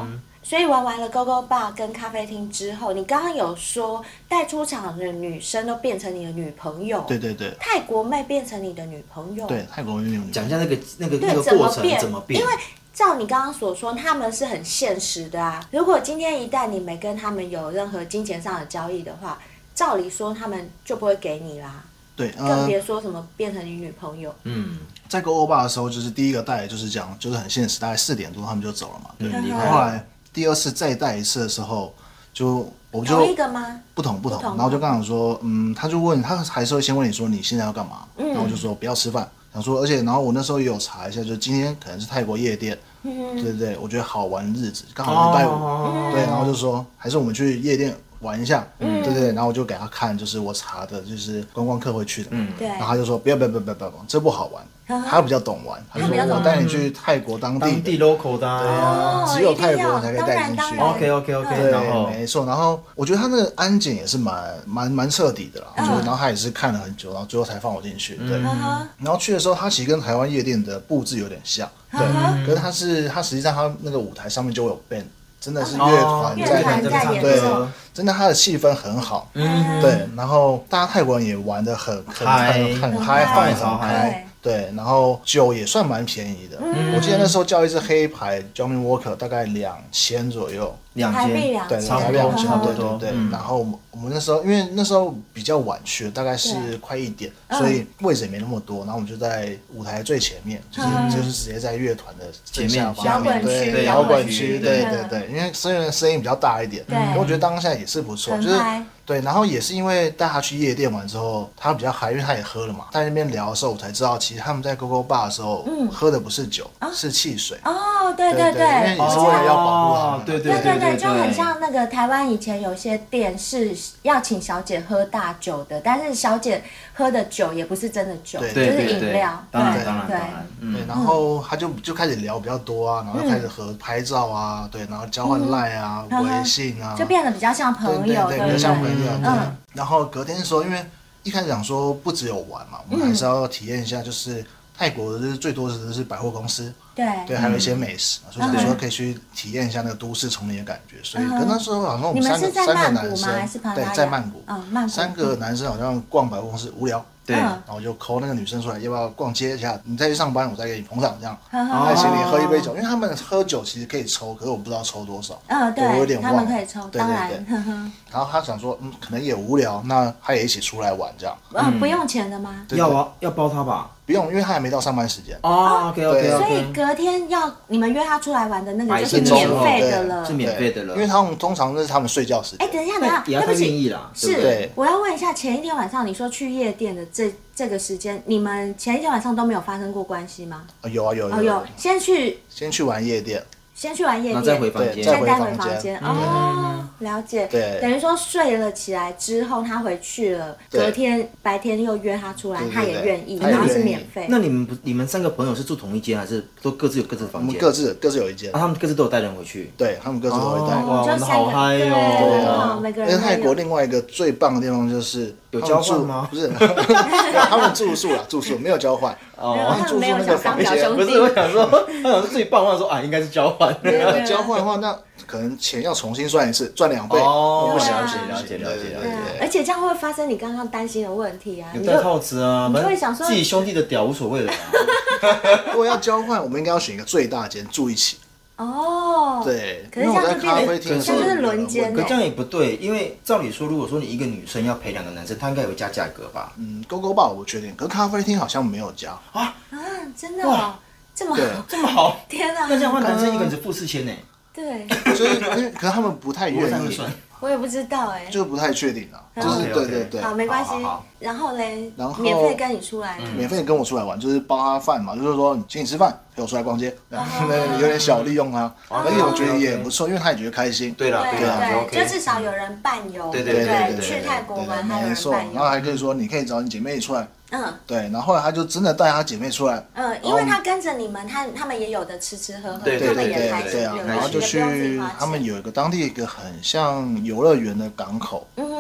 所以玩完了 Gogo Bar 跟咖啡厅之后，你刚刚有说带出场的女生都变成你的女朋友， 对对对， 泰国妹变成你的女朋友， 对，泰国妹女朋友。 讲一下那个那个那对， 个怎么过程变？ 怎么变？ 因为照你刚刚所说，他们是很现实的啊。如果今天一旦你没跟他们有任何金钱上的交易的话，照理说他们就不会给你啦。 对， 更呃， 别说什么变成你女朋友。 嗯， 在 Gogo Bar 的时候，就是第一个带的就是这样，就是很现实，大概四点多他们就走了嘛。对， 嗯离开然后后来第二次再带一次的时候，就我就同一个吗？ 不同不同， 不同然后就跟他说，嗯，他就问他还是会先问你说你现在要干嘛， 嗯然后我就说不要吃饭，想说，而且然后我那时候也有查一下，就今天可能是泰国夜店， 嗯对对对，我觉得好玩的日子，刚好礼拜五， 哦对，然后就说还是我们去夜店玩一下， 嗯对对对，然后我就给他看，就是我查的，就是观光客会去的，嗯， 对然后他就说不要不要不要不要不要，这不好玩，他比较懂玩，他就说他比较懂我带你去泰国当地当地的， local 的啊。 只有泰国人才可以带进去。 当然当然 OK OK OK， 对， 然后没错。然后我觉得他那个安检也是蛮蛮蛮彻底的啦， 嗯就是然后他也是看了很久，然后最后才放我进去。对， 嗯哼然后去的时候，他其实跟台湾夜店的布置有点像，对。 嗯可是他是他实际上他那个舞台上面就有 band，真的是乐哦团在乐团在演对奏， 真的他的气氛很好。 嗯对，然后大家泰国人也玩的很很嗨很很很嗨， 嗨放得很超嗨嗨。对，然后酒也算蛮便宜的。 嗯我记得那时候叫一支黑牌 Johnny Walker 大概两千左右。 两台币千两对， 千， 台币两千， 差不对多对对。 嗯然后我们我们那时候，因为那时候比较晚去，大概是对快一点， 嗯所以位置也没那么多。然后我们就在舞台最前面，就是嗯就是直接在乐团的正下方摇滚区对， 摇摇滚区滚区， 对对对对。因为虽然声音比较大一点， 对可我觉得当下也是不错，就是很嗨对。然后也是因为带他去夜店玩之后，他比较嗨，因为他也喝了嘛。在那边聊的时候，我才知道，其实他们在 Gogo Bar 的时候，喝的不是酒，是汽水。 哦，对对对因为也是为了要保护他们。 对对对对，就很像那个台湾以前有些店是要请小姐喝大酒的，但是小姐喝的酒也不是真的酒， 对就是对对对饮料。 当然对对当然当然， 对， 嗯， 然后他就就开始聊比较多啊，然后就开始合拍照啊，对，然后交换赖啊、 嗯微信啊， 就变得比较像朋友， 对对对， 不比较像朋友。 嗯对，然后隔天的时候，因为一开始讲说不只有玩嘛，我们还是要体验一下，就是泰国的最多的是百货公司， 对对，还有一些美食嘛，所以想说可以去体验一下那个都市丛林的感觉。所以，可那时候好像我你们是在们三个三个曼谷吗？ 男生还是帕， 对， 拉雅在曼谷， 嗯，曼谷。 三个男生好像逛百货公司无聊。 对， 嗯然后我就 call 那个女生出来，要不要逛街一下？你再去上班，我再给你捧场这样。 呵呵再请你喝一杯酒，因为他们喝酒其实可以抽，可是我不知道抽多少。 嗯， 对我有点他忘了们可以抽， 对当然对， 呵呵。 然后他想说，嗯，可能也无聊，那他也一起出来玩这样。 嗯，不用钱的吗？ 对要啊，要包他吧？ 不用，因为他还没到上班时间。 哦，OK OK 对所以 OK， 隔天要你们约他出来玩的那个白就是天的时候免费的对了是。免费的了， 因为他们通常那是他们睡觉时哎， 间。 等一下，等一下， 也要他对不起， 愿意啦，对不是对？ 对， 我要问一下，前一天晚上你说去夜店的这这个时间，你们前一天晚上都没有发生过关系吗？ 哦有啊有哦，有有有，， 先去先去玩夜店， 先去玩夜然后再回店， 对， 房间， 再回再带回房间房间。。哦，了解。 对等于说睡了起来之后，他回去了， 对隔天白天又约他出来对，对他也对愿意， 他也然后是愿意免费。 那你们不，你们三个朋友是住同一间，还是都各自有各自的我房间？ 们各自各自有一间啊，，他们各自都有带人回去。 对他们各自都会带。 哇，玩的就三个好嗨对哟！ 哦每个人因为泰都有国另外一个最棒的地方就是有他们住交换吗不是，没有他们住宿啦，住宿没有交换。 没有，他们没有住宿那个想当房间不表兄弟。 是，我想说，他想说最棒，我想说啊，应该是交换。 对对对交换的话，那可能钱要重新算一次，赚两倍， 哦那不行了不行不行解了解了解对对了对啊对， 而且这样会发生你刚刚担心的问题啊！ 有戴你就套子啊， 你就反正会想说自己兄弟的屌无所谓了啦。 如果要交换，我们应该要选一个最大间住一起。 哦， 对， 可是这因为我在样就变得咖啡厅的时候这样就是轮奸可这样也不对，因为照理说，如果说你一个女生要陪两个男生，她应该有加价格吧？ 嗯，Go Go Bar 我不确定，可是咖啡厅好像没有加。 啊，真的哦，这么对好， 这么好， 天哪！ 那这样的话，男生一个人只付四千呢， 对， 就是因为可是他们不太不会愿意， 太会算。 我也不知道哎。 就不太确定啊。 嗯就是 OK，OK 对对对， 好，没关系好好好。 然后嘞， 然后免费跟你出来， 免费跟我出来玩，就是包他饭嘛，就是说你请你吃饭，陪我出来逛街， 哦那有点小利用他，而且我觉得也不错，因为他也觉得开心。 对啦， 对啦，就对， OK。 就至少有人伴游， 对对对对对去泰国玩还有人没错。 伴然后还游， 可以说你可以找你姐妹出来， 嗯对。然后后来他就真的带他姐妹出来， 嗯，因为他跟着你们，他他们也有的吃吃喝喝， 对对他们对对也开心， 对啊有， 然后就也不用自己去花钱他们有一个当地一个很像游乐园的港口， 嗯对对，就是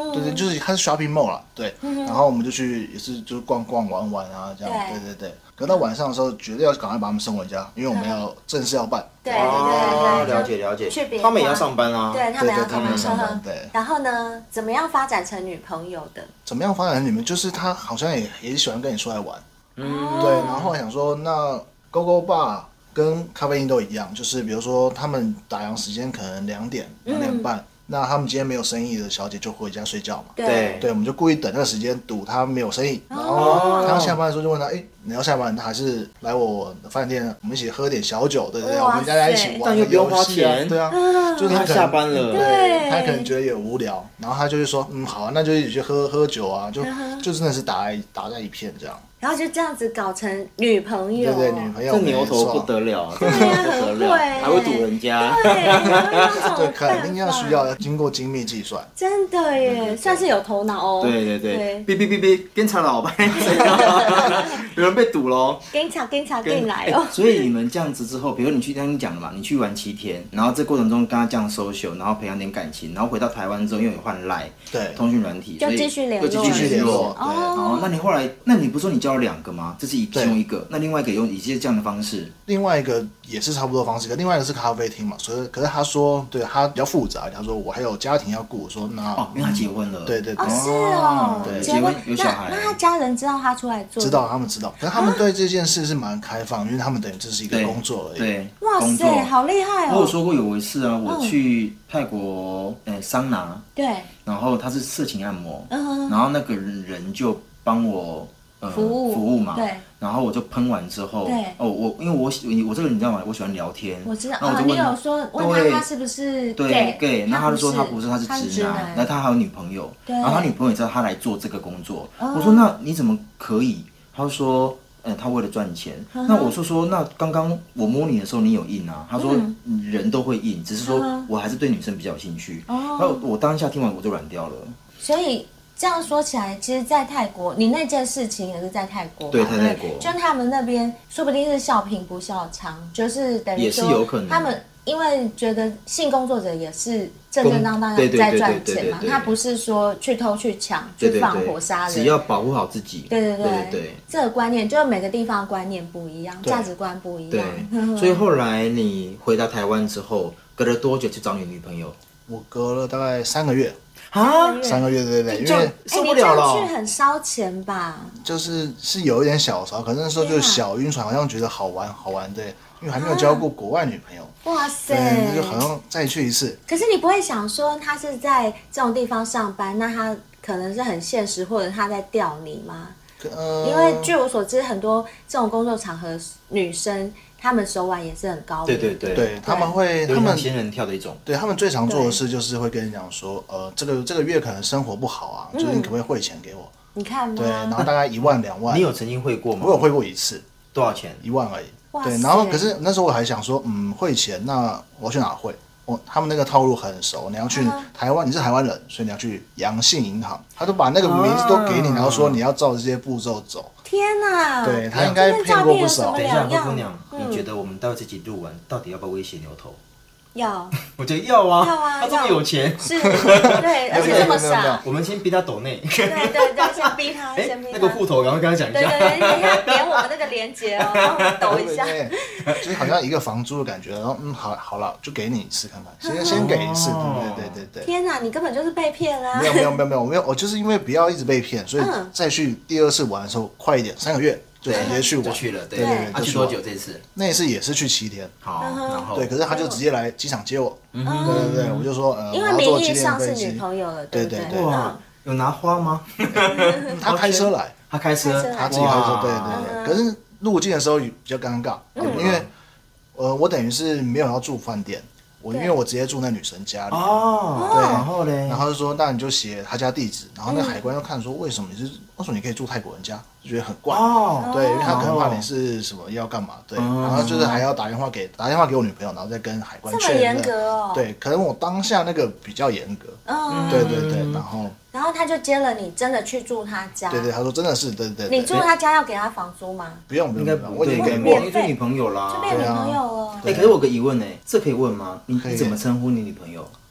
就是它是 shopping mall 啦，对，然后我们就去也是就是逛逛玩玩啊这样，对对对。可到晚上的时候，绝对要赶快把他们送回家，因为我们要正式要办。 对对对对， 了解了解。 去别他们也要上班啊。 对他们要上班， 上班。对。 然后呢，怎么样发展成女朋友的？ 怎么样发展成女朋友？就是他好像也也喜欢跟你出来玩，嗯，对。然后后来想说，那 Go Go Bar 跟咖啡厅都一样，就是比如说他们打烊时间可能两点、两点半。那他们今天没有生意的小姐就回家睡觉嘛？ 对， 对，我们就故意等那个时间堵他没有生意，然后他要下班的时候就问他，哎、欸，你要下班，他还是来我饭店，我们一起喝点小酒，对不对？我们大家一起玩个游戏啊，对啊，就是他下班了， 对，他可能觉得有无聊，然后他就会说，嗯，好啊，那就一起去喝喝酒啊，就就真的是打在打在一片这样。 然后就这样子搞成女朋友， 对对，女朋友， 这牛头不得了， 对呀，很会， 还会堵人家， 对， 肯定要需要经过精密计算， 真的耶，算是有头脑哦。 对对对，哔哔哔哔，警察老板，有人被堵喽， 警察警察进来哦。 所以你们这样子之后，比如你去刚刚讲了嘛，你去玩七天，然后这过程中跟他这样 social， 然后培养点感情，然后回到台湾之后，因为有换 line， 对， 通讯软体， 就继续联络， 就继续联络。 对，哦，那你后来，那你不是说你交了两个吗？这是其中一个，那另外一个用以这这样的方式， 另外一个也是差不多的方式，可另外一个是咖啡厅嘛，所以可是他说，对他比较复杂，他说我还有家庭要顾，我说那哦，因为他结婚了， 对对对， 哦是哦， 对， 结婚有小孩，那他家人知道他出来做， 知道他们知道，可是他们对这件事是蛮开放，因为他们等于这是一个工作而已， 对， 哇塞，好厉害哦！ 我有说过有一次啊，我去泰国呃桑拿， 对， 然后他是色情按摩，然后那个人就帮我。呃、 服务服务嘛， 对， 然后我就喷完之后， 对， 哦，我因为我我这个人你知道吗？我喜欢聊天， 我知道， 然后我就问、 哦、你有说问他他是不是 gay， 对，然后他就说他不是，他是直男，然后他还有女朋友，然后他女朋友也知道他来做这个工作，哦、我说那你怎么可以？他说，嗯，他为了赚钱，嗯、那我就说那刚刚我摸你的时候你有硬啊？他说、嗯、人都会硬，只是说我还是对女生比较有兴趣，哦、然后我当下听完我就软掉了， 所以。这样说起来，其实，在泰国，你那件事情也是在泰国， 对，在泰国， 就他们那边说不定是笑贫不笑娼，就是等于说， 也是有可能， 他们因为觉得性工作者也是正正当当的在赚钱嘛，他不是说去偷去抢去放火杀人， 只要保护好自己。 对对对对，这个观念就是每个地方观念不一样，价值观不一样。 对，所以后来你回到台湾之后，隔了多久去找你女朋友？ 我隔了大概三个月。 啊， 三个月对对对，因为受不了了。你这样去很烧钱吧？ 就是是有一点小烧，可是那时候就小晕船，好像觉得好玩好玩，对，因为还没有交过国外女朋友。 哇塞！ 对，就好像再去一次。 可是你不会想说他是在这种地方上班，那他可能是很现实，或者他在钓你吗？呃，因为据我所知，很多这种工作场合女生。他们手腕也是很高的， 对对对， 对他们会，他们仙人跳的一种， 对他们最常做的事就是会跟你讲说，呃，这个这个月可能生活不好啊，就是你可不可以汇钱给我？ 你看吗？ 对，然后大概一万两万。 你有曾经汇过吗？ 我有汇过一次， 多少钱？ 一万而已。对，然后可是那时候我还想说，嗯，汇钱，那我要去哪汇？我他们那个套路很熟，你要去台湾，你是台湾人，所以你要去阳信银行，他都把那个名字都给你，然后说你要照这些步骤走。 天哪！ 对他应该骗过不少。 等一下，灰姑娘，你觉得我们待会这集录完，到底要不要威胁牛头？ 要， 我觉得要啊， 要啊， 他这么有钱， 是，对，而且这么傻。 我们先逼他抖内， 对对对，先逼他，先逼他。 那个户头，然后跟他讲一下， 对对对，等一下点我们那个链接哦，然后抖一下， 就是好像一个房租的感觉，然后嗯，好，好了，就给你一次看看，先先给一次，对对对对。 天哪，你根本就是被骗啦！ 没有没有没有没有没有，我就是因为不要一直被骗，所以再去第二次玩的时候快一点，三个月。就直接去玩， 就去了，对对对。 他去多久这次？ 那一次也是去七天。 好，然后对，可是他就直接来机场接我。对对对，我就说呃， 因为名义上是女朋友了，对对对。 哇，有拿花吗？ 他开车来， 他开车， 他自己开车，对对对。可是入境的时候比较尴尬，因为呃，我等于是没有要住饭店。我因为我直接住那女生家里哦，对，然后嘞， 然后就说那你就写他家地址，然后那海关要看说为什么你是为什么你可以住泰国人家，就觉得很怪哦，对，因为他可能怕你是什么要干嘛，对，然后就是还要打电话给打电话给我女朋友，然后再跟海关确认， 这么严格哦， 对，可能我当下那个比较严格，嗯，对对对，然后然后他就接了你，真的去住他家， 对对，他说真的是，对对， 你住他家要给他房租吗？ 不用， 应该我已经给过，你是女朋友啦， 就变女朋友了。 哎，可是我有个疑问哎，这可以问吗？你你怎么称呼你女朋友？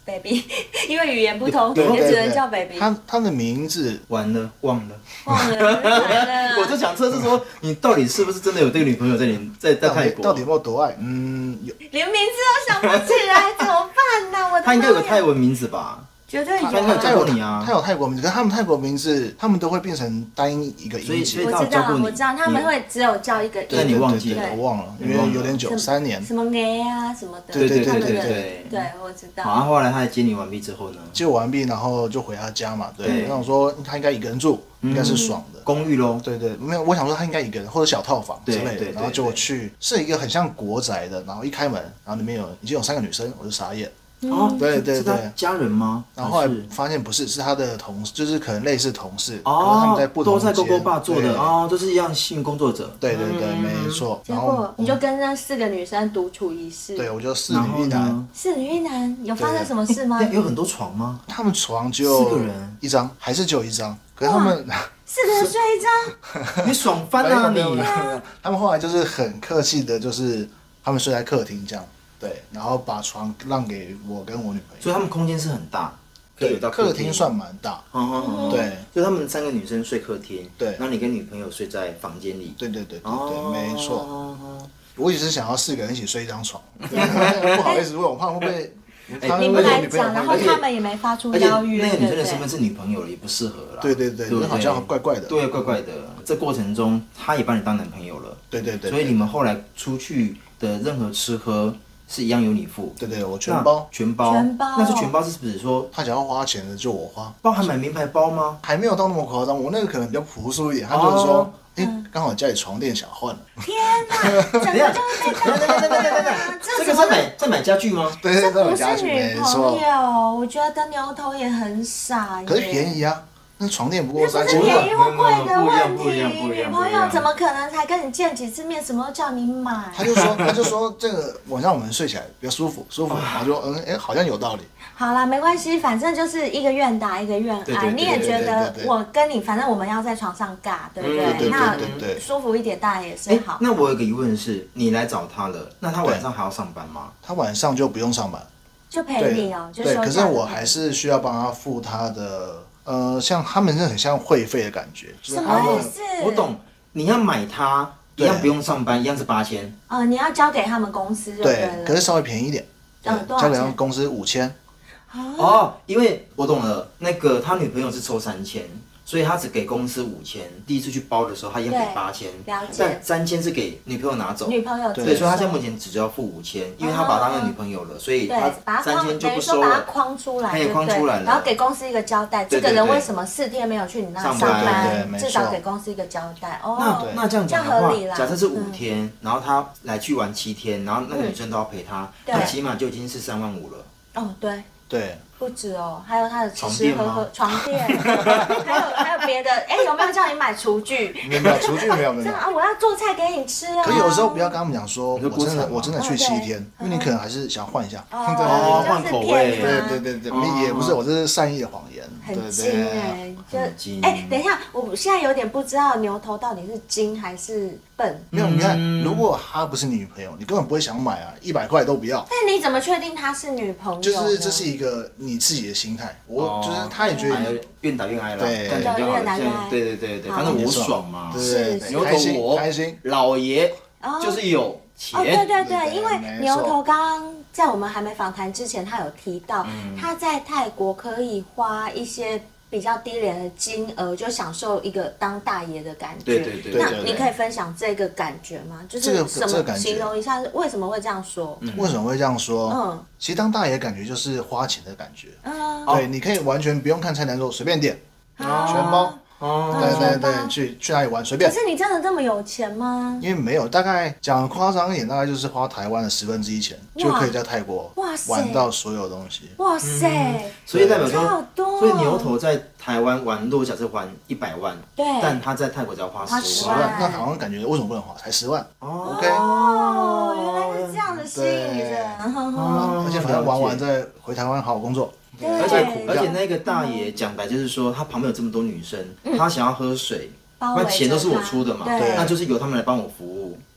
baby， 因为语言不通， 对对对也只能叫 baby。 他他的名字完了，忘了。 忘了，完了我就想测试说，你到底是不是真的有这个女朋友在你在在泰国？ 到底有没有多爱？嗯，有。 连名字都想不起来，怎么办呢？我的他应该有个妈呀泰文名字吧？ 绝对有他应该有啊。 教过你啊。 他有泰国名字，可是他们泰国名字，他们都会变成单一个音节。 所以所以我知道， 他有教过你我知道，他们会只有叫一个音。 对你忘记了对我忘了，因为有点久，三年。 什么 A 啊什么的， 对对对他们的对对对，我知道。 好，啊后来他接你完毕之后呢？ 接我完毕，然后就回他家嘛。对， 对我想说他应该一个人住，应该是爽的。 公寓咯。 对对，没有，我想说他应该一个人或者小套房之类的， 对对对然后结果去是一个很像国宅的，然后一开门，然后里面有已经有三个女生，我就傻眼。 哦， 对对是他对， 家人吗？ 然后后来还是发现不是，是他的同事，就是可能类似同事，可是他哦们在，不同都在间 GoGo 爸做的对哦，都是一样性工作者。 对对对，没错。 结然后果你就跟那四个女生独处一室。 对，我就四然女一男后呢，？ 四女一男，有发生什么事吗？ 哎有很多床吗？ 他们床就四个人一张，还是只有一张，可是他们四个人睡一张， 你爽翻啊你！ 没有没有没有他们后来就是很客气的，就是他们睡在客厅这样，对，然后把床让给我跟我女朋友。 所以他们空间是很大，可以有到客厅厅算蛮大， 嗯嗯嗯对就他们三个女生睡客厅， 对然后你跟女朋友睡在房间里。 对对对对哦对，没错。我也是想要四个人一起睡一张床，不好意思问，我怕会不会他你不而且女朋友来讲，然后会他们也没发出而且邀约， 那个女生的对不对？ 身份是女朋友了，也不适合了。 对对对对不对， 好像怪怪的对，怪怪的。这过程中，他也把你当男朋友了， 对对对， 所以你们后来出去的任何吃喝是一样由你付。 对对，我全包， 全包， 全包那是全包是指说他想要花钱的就我花， 包含买名牌包吗？ 还没有到那么夸张，我那个可能比较朴素一点，他就是说哦， 哎，刚好家里床垫想换了， 天哪，整个就是被当这个是买在买家具吗？ 对对对，我这不是家去没女朋错， 友，我觉得牛头也很傻耶。 可是便宜啊，那床垫不过三是千块， 便宜或贵的问不一样题， 不一样女朋友怎么可能才跟你见几次面，什么都叫你买？ 他就说他就说这个晚上我们睡起来比较舒服舒服，然后就嗯哎好像有道理， 好啦，没关系，反正就是一个愿打一个愿挨。 对对对你也觉得对对对我跟你，反正我们要在床上尬，对不嗯对对对那对对舒服一点当然也是哎好，。 那我有个疑问是，你来找他了，那他晚上还要上班吗？ 他晚上就不用上班， 就陪对你哦，就对， 休可是假就陪你我还是需要帮他付他的呃，像他们是很像会费的感觉，就是什他们么意思？ 我懂，你要买它，一对样不用上班，一样是八千。 呃，你要交给他们公司就对对， 了。 可是稍微便宜一点，对嗯多少钱交给他们公司五千， 哦，因为我懂了，那个他女朋友是抽三千，所以他只给公司五千。第一次去包的时候，他一样给对八千， 了解但三千是给女朋友拿走。 女朋友对对，所以他接受现在目前只需要付五千，因为他把他当女朋友了，所以对，把它框， 他三千就等于说把它不收了。 框出来， 他也对不对框出来了然后给公司一个交代， 对对对这个人为什么四天没有去你那上上班对对班， 没至少错给公司一个交代。 那哦， 那这样讲的话这样合理，啦假设是五嗯天，然后他来去玩七天，然后那个女生都要陪他， 对那起码就已经是三万五了。 哦，对。 对， 不止哦，还有他的吃床垫吗吃喝喝、床垫，还有还有别的。哎，有没有叫你买厨具？ 没有没有厨具没有没有这样。啊，我要做菜给你吃啊。 可有时候不要跟他们讲说， 你说我真的锅铲吗我真的去七哦对天，因为你可能还是想换一下。 哦， 哦你就是换口味骗他对对对对， 哦你也不是，我这是善意的谎言。对很精对哎，就很精哎，等一下，我现在有点不知道牛头到底是精还是笨。 没有，你看， 嗯如果她不是你女朋友，你根本不会想买啊，一百块都不要。 但你怎么确定她是女朋友呢？ 就是这是一个你自己的心态，我就是他也觉得哎你愿打愿挨了， 对这样讲就好了。 越打越爱对对对对， 好反正我爽嘛。 对是对对， 牛开心头我开心。 老爷哦就是有哦，对钱， 对对， 对因为没错牛头刚刚在我们还没访谈之前，他有提到、 嗯他在泰国可以花一些比较低廉的金额，就享受一个当大爷的感觉。 对对对那对对你可以分享这个感觉吗？就这个是什么这个感觉形容一下，为什么会这样说？ 为什么会这样说？ 嗯其实当大爷感觉就是花钱的感觉。 嗯， 对，你可以完全不用看菜单说随便点， 哦全包。 哦， 对对全包对，去去哪里玩随便可。是你真的这么有钱吗？ 因为没有，大概讲夸张一点，大概就是花台湾的十分之一钱，就可以在泰国哇塞玩到所有东西。 哇塞， 所以代表差好说， 多、 所以牛头在台湾玩，如果假设还一百万， 对但他在泰国只要花花十万。 十万那好像感觉为什么不能花？才十万哦 ，OK。 哦，原来是这样的吸引人，呵呵哦而且反正玩完再回台湾好好工作。 对而且对而且那个大爷讲白就是说，他旁边有这么多女生，他想要喝水， 包围着那钱都是我出的嘛， 他对那就是由他们来帮我服务。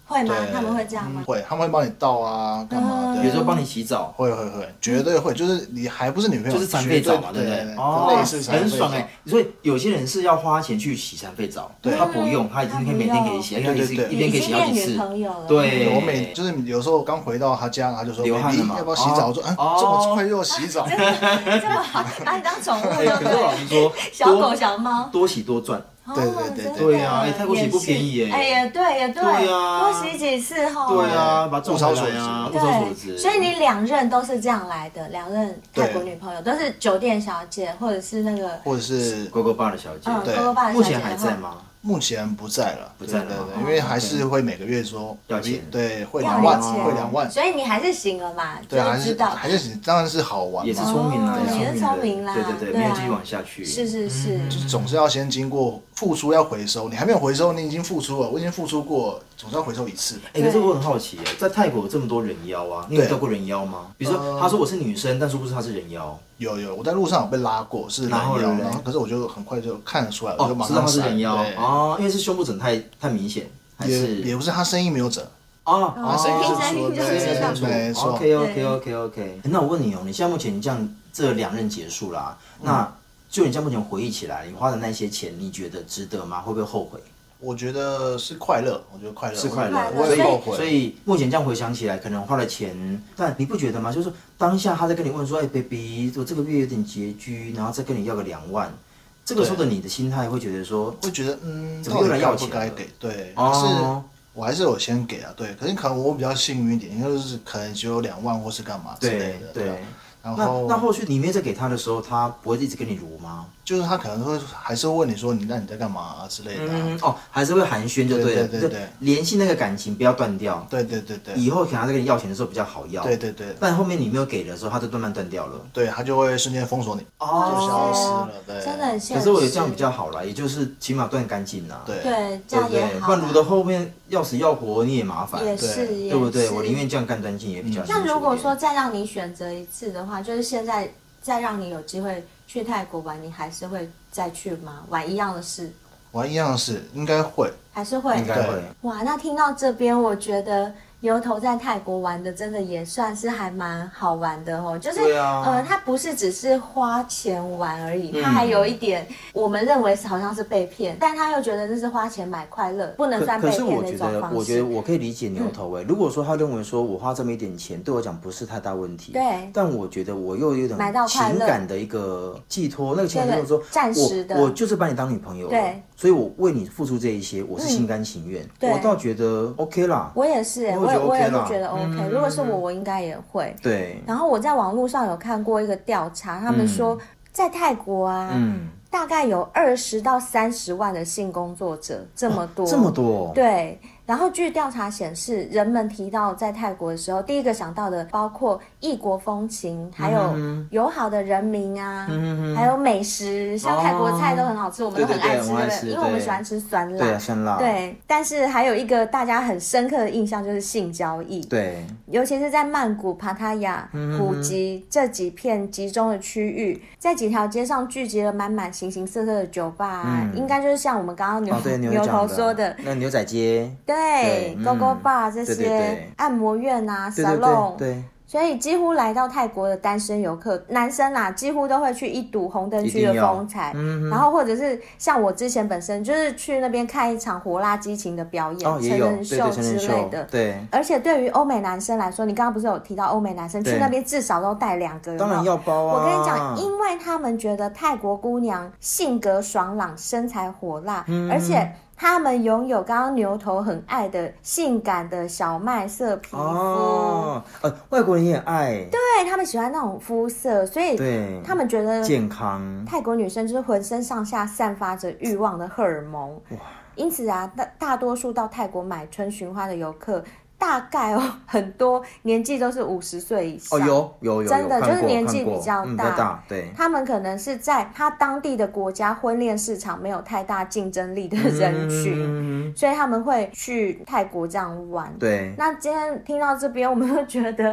会吗？ 对他们会这样吗？ 会，他们会帮你倒啊，干嘛的？ 比如说帮你洗澡， 会会会，绝对会，就是你还不是女朋友， 就是残废澡嘛，对不对？哦， 类似残废澡很爽哎。所以有些人是要花钱去洗残废澡，他不用，他已经可以每天可以洗，他可以一天可以洗好几次。对， 我每就是有时候刚回到他家，他就说：“ 流汗了嘛， 要不要洗澡？”我说：“嗯，这么快又要洗澡， 这么好，把你当宠物对不对？”可是老实说， 小狗小猫多洗多赚。 对对对对呀，哎，泰国洗不便宜耶。 哎呀，对呀对， 对呀， 多洗几次哈。 对呀，把物超所值啊，物超所值。 所以你两任都是这样来的，两任泰国女朋友都是酒店小姐，或者是那个， 或者是 Gogo Bar 的小姐， 对， 目前还在吗？ 目前不在了， 不在了， 对对，因为还是会每个月说要钱， 对，会两万，会两万， 所以你还是行了嘛？ 对，还是还是行，当然是好玩， 也是聪明啦， 也是聪明啦， 对对对，没有继续往下去， 是是是， 就是总是要先经过付出要回收，你还没有回收，你已经付出了，我已经付出过，总是要回收一次。 哎，可是我很好奇，在泰国有这么多人妖啊，你有钓过人妖吗？比如说他说我是女生，但是不是他是人妖？ 有有，我在路上有被拉过，是人妖，然后可是我就很快就看得出来，我就马上知道他是人妖哦，因为是胸部整太太明显，还是也不是他声音没有整哦， 他声音是出对对没错。 OK OK OK OK，那我问你哦，你现在目前你这样这两任结束啦，那就你这样目前回忆起来，你花的那些钱，你觉得值得吗？会不会后悔？ 我觉得是快乐，我觉得快乐是快乐， 我也后悔。 所以目前这样回想起来，可能花了钱，但你不觉得吗？就是当下他在跟你问说：“哎 ，baby， 我这个月有点拮据，然后再跟你要个两万。”这个时候的你的心态会觉得说， 会觉得嗯， 怎么又来要钱？ 不该给，对，可是我还是有先给啊，对。可是可能我比较幸运一点，因为就是可能只有两万或是干嘛之类的， 对。 然后那后续你没再给他的时候，他不会一直跟你如吗？ 就是他可能会还是会问你说你那你在干嘛啊之类的、啊。 嗯哦，还是会寒暄就对了， 对对 对, 对， 联系那个感情不要断掉。 对对对对， 以后可能他在跟你要钱的时候比较好要。 对对对， 但后面你没有给的时候，他就慢慢断掉了。 对，他就会瞬间封锁你， 哦， 就消失了。对， 真的很现实。 可是我觉得这样比较好啦，也就是起码断干净啦。 对对，这样也好。 不然如果后面要死要活你也麻烦， 也是， 对不对？我宁愿这样干干净也比较。 那如果说再让你选择一次的话，就是现在。再让你有机会去泰国玩，你还是会再去吗？玩一样的事？ 玩一样的事，应该会， 还是会， 应该会。 哇，那听到这边，我觉得牛头在泰国玩的真的也算是还蛮好玩的哦，就是、 啊、 呃，它不是只是花钱玩而已，它还有一点、嗯、我们认为好像是被骗，但他又觉得这是花钱买快乐，不能算被骗的一种方式。 我觉得我可以理解牛头哎、欸嗯，如果说他认为说我花这么一点钱对我讲不是太大问题， 对， 但我觉得我又有点情感的一个寄托，那个情感就是说暂时的， 我我就是把你当女朋友了，对，所以我为你付出这一些，我是心甘情愿、嗯，我倒觉得 OK 啦， 我也是、欸，我也我也是觉得 OK、嗯。如果是我，我应该也会。 对。 然后我在网络上有看过一个调查，他们说在泰国啊，嗯，大概有二十到三十万的性工作者，这么多， 哦、这么多， 对。然后据调查显示，人们提到在泰国的时候，第一个想到的包括异国风情，还有友好的人民啊，嗯、还有美食，像泰国菜都很好吃，哦、我们都很爱吃，对不对？因为我们喜欢吃酸辣， 对酸辣， 对。但是还有一个大家很深刻的印象就是性交易， 对， 尤其是在曼谷、帕塔亚、普吉这几片集中的区域，在几条街上聚集了满满形形色色的酒吧、啊嗯，应该就是像我们刚刚牛、 哦、 牛头说的那牛仔街。 对 ，Gogo Bar 这些按摩院啊 ，salon， 对， 所以几乎来到泰国的单身游客，男生啊，几乎都会去一睹红灯区的风采，嗯、然后或者是像我之前本身就是去那边看一场火辣激情的表演， 哦、 成人秀之类的， 对。 而且对于欧美男生来说，你刚刚不是有提到欧美男生去那边至少都带两个人， 当然要包啊！ 我跟你讲，因为他们觉得泰国姑娘性格爽朗，身材火辣，嗯、而且。他们拥有刚刚牛头很爱的性感的小麦色皮肤， 哦，呃，外国人也爱， 对他们喜欢那种肤色，所以他们觉得健康。泰国女生就是浑身上下散发着欲望的荷尔蒙，哇！因此啊，大大多数到泰国买春寻花的游客。大概哦，很多年纪都是五十岁以上。 哦，有有有， 真的就是年纪比较大， 嗯、大对。 他们可能是在他当地的国家婚恋市场没有太大竞争力的人群，嗯、所以他们会去泰国这样玩。 对。 那今天听到这边，我们会觉得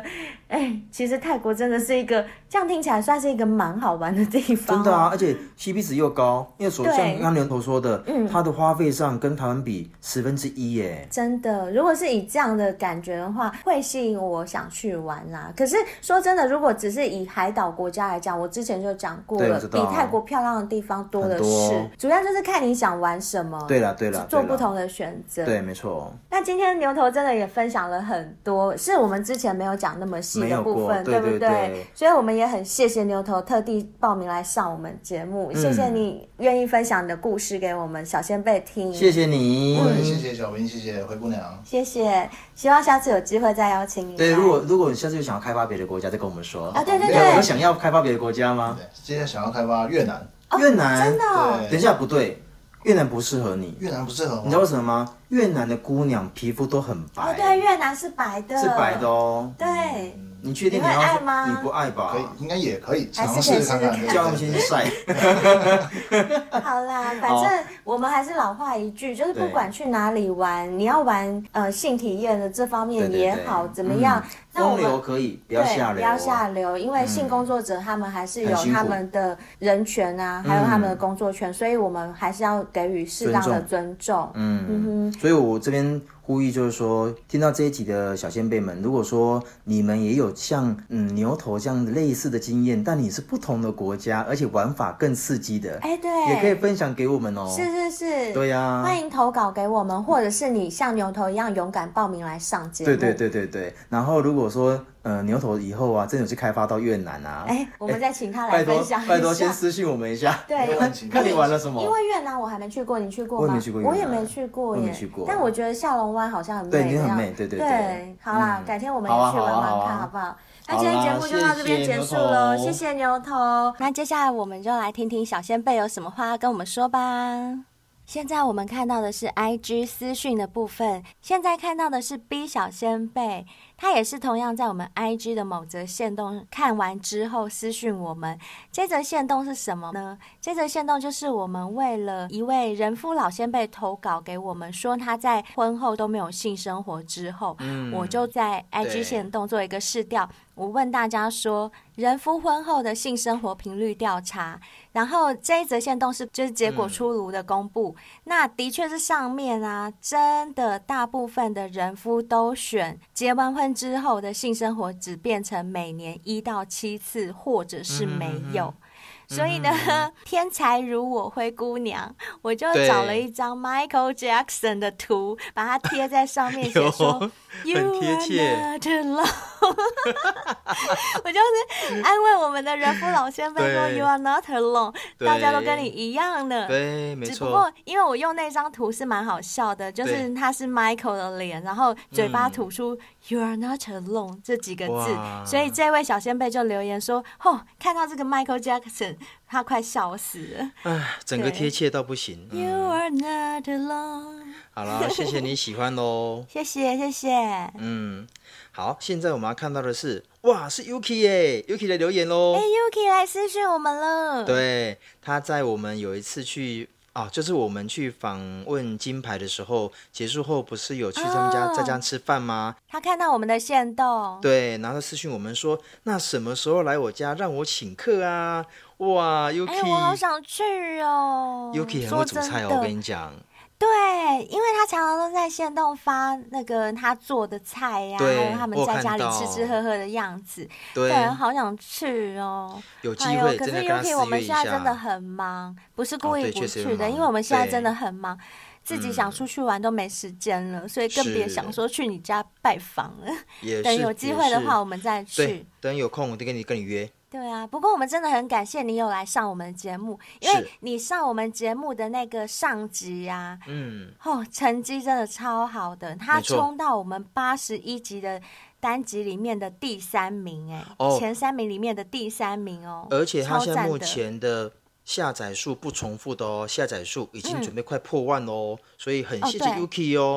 哎，其实泰国真的是一个，这样听起来算是一个蛮好玩的地方、哦。 真的啊，而且 C P 值又高，因为所像刚刚牛头说的，嗯，它的花费上跟台湾比十分之一耶。 真的，如果是以这样的感觉的话，会吸引我想去玩啦。可是说真的，如果只是以海岛国家来讲，我之前就讲过了，比泰国漂亮的地方多的是，主要就是看你想玩什么。 对啦对啦， 做不同的选择。 对，没错。 那今天牛头真的也分享了很多，是我们之前没有讲那么细的部分，对不对？对对对，所以我们也很谢谢牛头特地报名来上我们节目，嗯、谢谢你愿意分享你的故事给我们小仙贝听。 谢谢你， 嗯、谢谢小兵，谢谢灰姑娘， 谢谢。希望下次有机会再邀请你。 对，如果如果你下次有想要开发别的国家，再跟我们说啊。对对对， 有想要开发别的国家吗？ 对，今天想要开发越南。 哦、 越南真的、哦？ 等一下，不对。越南不适合你， 越南不适合我， 你知道为什么吗？越南的姑娘皮肤都很白。 哦，对，越南是白的， 是白的哦。 对， 嗯、你确定你会爱吗？ 你不爱吧？ 可以，应该也可以尝试看看， 叫他们先去晒。 好啦，反正我们还是老话一句，就是不管去哪里玩，你要玩呃性体验的这方面也好，对对对怎么样？嗯风流可以，不要下流， 不要下流，因为性工作者他们还是有他们的人权啊，还有他们的工作权，所以我们还是要给予适当的尊重。 嗯嗯哼，所以我这边呼吁就是说，听到这一集的小仙贝们，如果说你们也有像嗯牛头这样类似的经验，但你是不同的国家，而且玩法更刺激的， 哎对， 也可以分享给我们哦。 是是是， 对呀、啊， 欢迎投稿给我们，或者是你像牛头一样勇敢报名来上节目。 对对对对对，然后如果说呃牛头以后啊，真的有去开发到越南啊， 哎，我们再请他来分享一下。 拜托拜托，先私信我们一下， 对， 看你玩了什么。 因为越南我还没去过，你去过吗？ 我也没去过越南， 我也没去过耶， 我也没去过。 但我觉得下龙湾好像很美， 对，你很美，对对对。对，好啦，嗯、改天我们也去玩玩看，好不好？那今天节目就到这边结束喽，谢谢牛头。那接下来我们就来听听小仙贝有什么话要跟我们说吧。现在我们看到的是 I G 私讯的部分，现在看到的是 B 小仙贝，他也是同样在我们 I G 的某则限动看完之后私讯我们。这则限动是什么呢？这则限动就是我们为了一位人夫老仙贝投稿给我们，说他在婚后都没有性生活之后，嗯、我就在 I G 限动做一个试调，我问大家说人夫婚后的性生活频率调查，然后这一则限动是就是结果出炉的公布、嗯、那的确是上面啊真的大部分的人夫都选结完婚之后的性生活只变成每年一到七次或者是没有、嗯所以呢、嗯、天才如我灰姑娘，我就找了一张 Michael Jackson 的图把它贴在上面，写说 You are not alone 我就是安慰我们的人夫老仙贝说 You are not alone 大家都跟你一样的， 对，没错。 只不过因为我用那张图是蛮好笑的，就是他是 Michael 的脸，然后嘴巴吐出、嗯、You are not alone 这几个字，所以这位小仙贝就留言说哦，看到这个 Michael Jackson他快笑死了， 唉，整个贴切到不行。 嗯、You are not alone 好了，谢谢你喜欢咯谢谢谢谢。 嗯，好，现在我们要看到的是，哇，是 Yuki 耶 ，Yuki 的留言咯。 哎、欸、，Yuki 来私讯我们了。 对，他在我们有一次去啊，就是我们去访问金牌的时候，结束后不是有去他们家、哦、在家吃饭吗？ 他看到我们的限动， 对，然后他私讯我们说，那什么时候来我家让我请客啊？哇 ，Yuki，、欸、 我好想去哦。 Yuki 很会煮菜哦，我跟你讲。 对，因为他常常都在限动发那个他做的菜呀、啊，还有他们在家里吃吃喝喝的样子。对，对好想去哦。 有机会真的跟他私约一下。可是 Yuki 我们现在真的很忙，不是故意不去的，哦、因为我们现在真的很忙，自己想出去玩都没时间了，嗯、所以更别想说去你家拜访了。 也等有机会的话，我们再去。 对，等有空我就跟你跟你约。 对啊，不过我们真的很感谢你有来上我们的节目，因为你上我们节目的那个上集啊，嗯，哦，成绩真的超好的，他冲到我们八十一集的单集里面的第三名，哎、哦，前三名里面的第三名哦， 而且他现在目前的下载数不重复的哦，下载数已经准备快破万哦，嗯、所以很谢谢 Yuki 哦。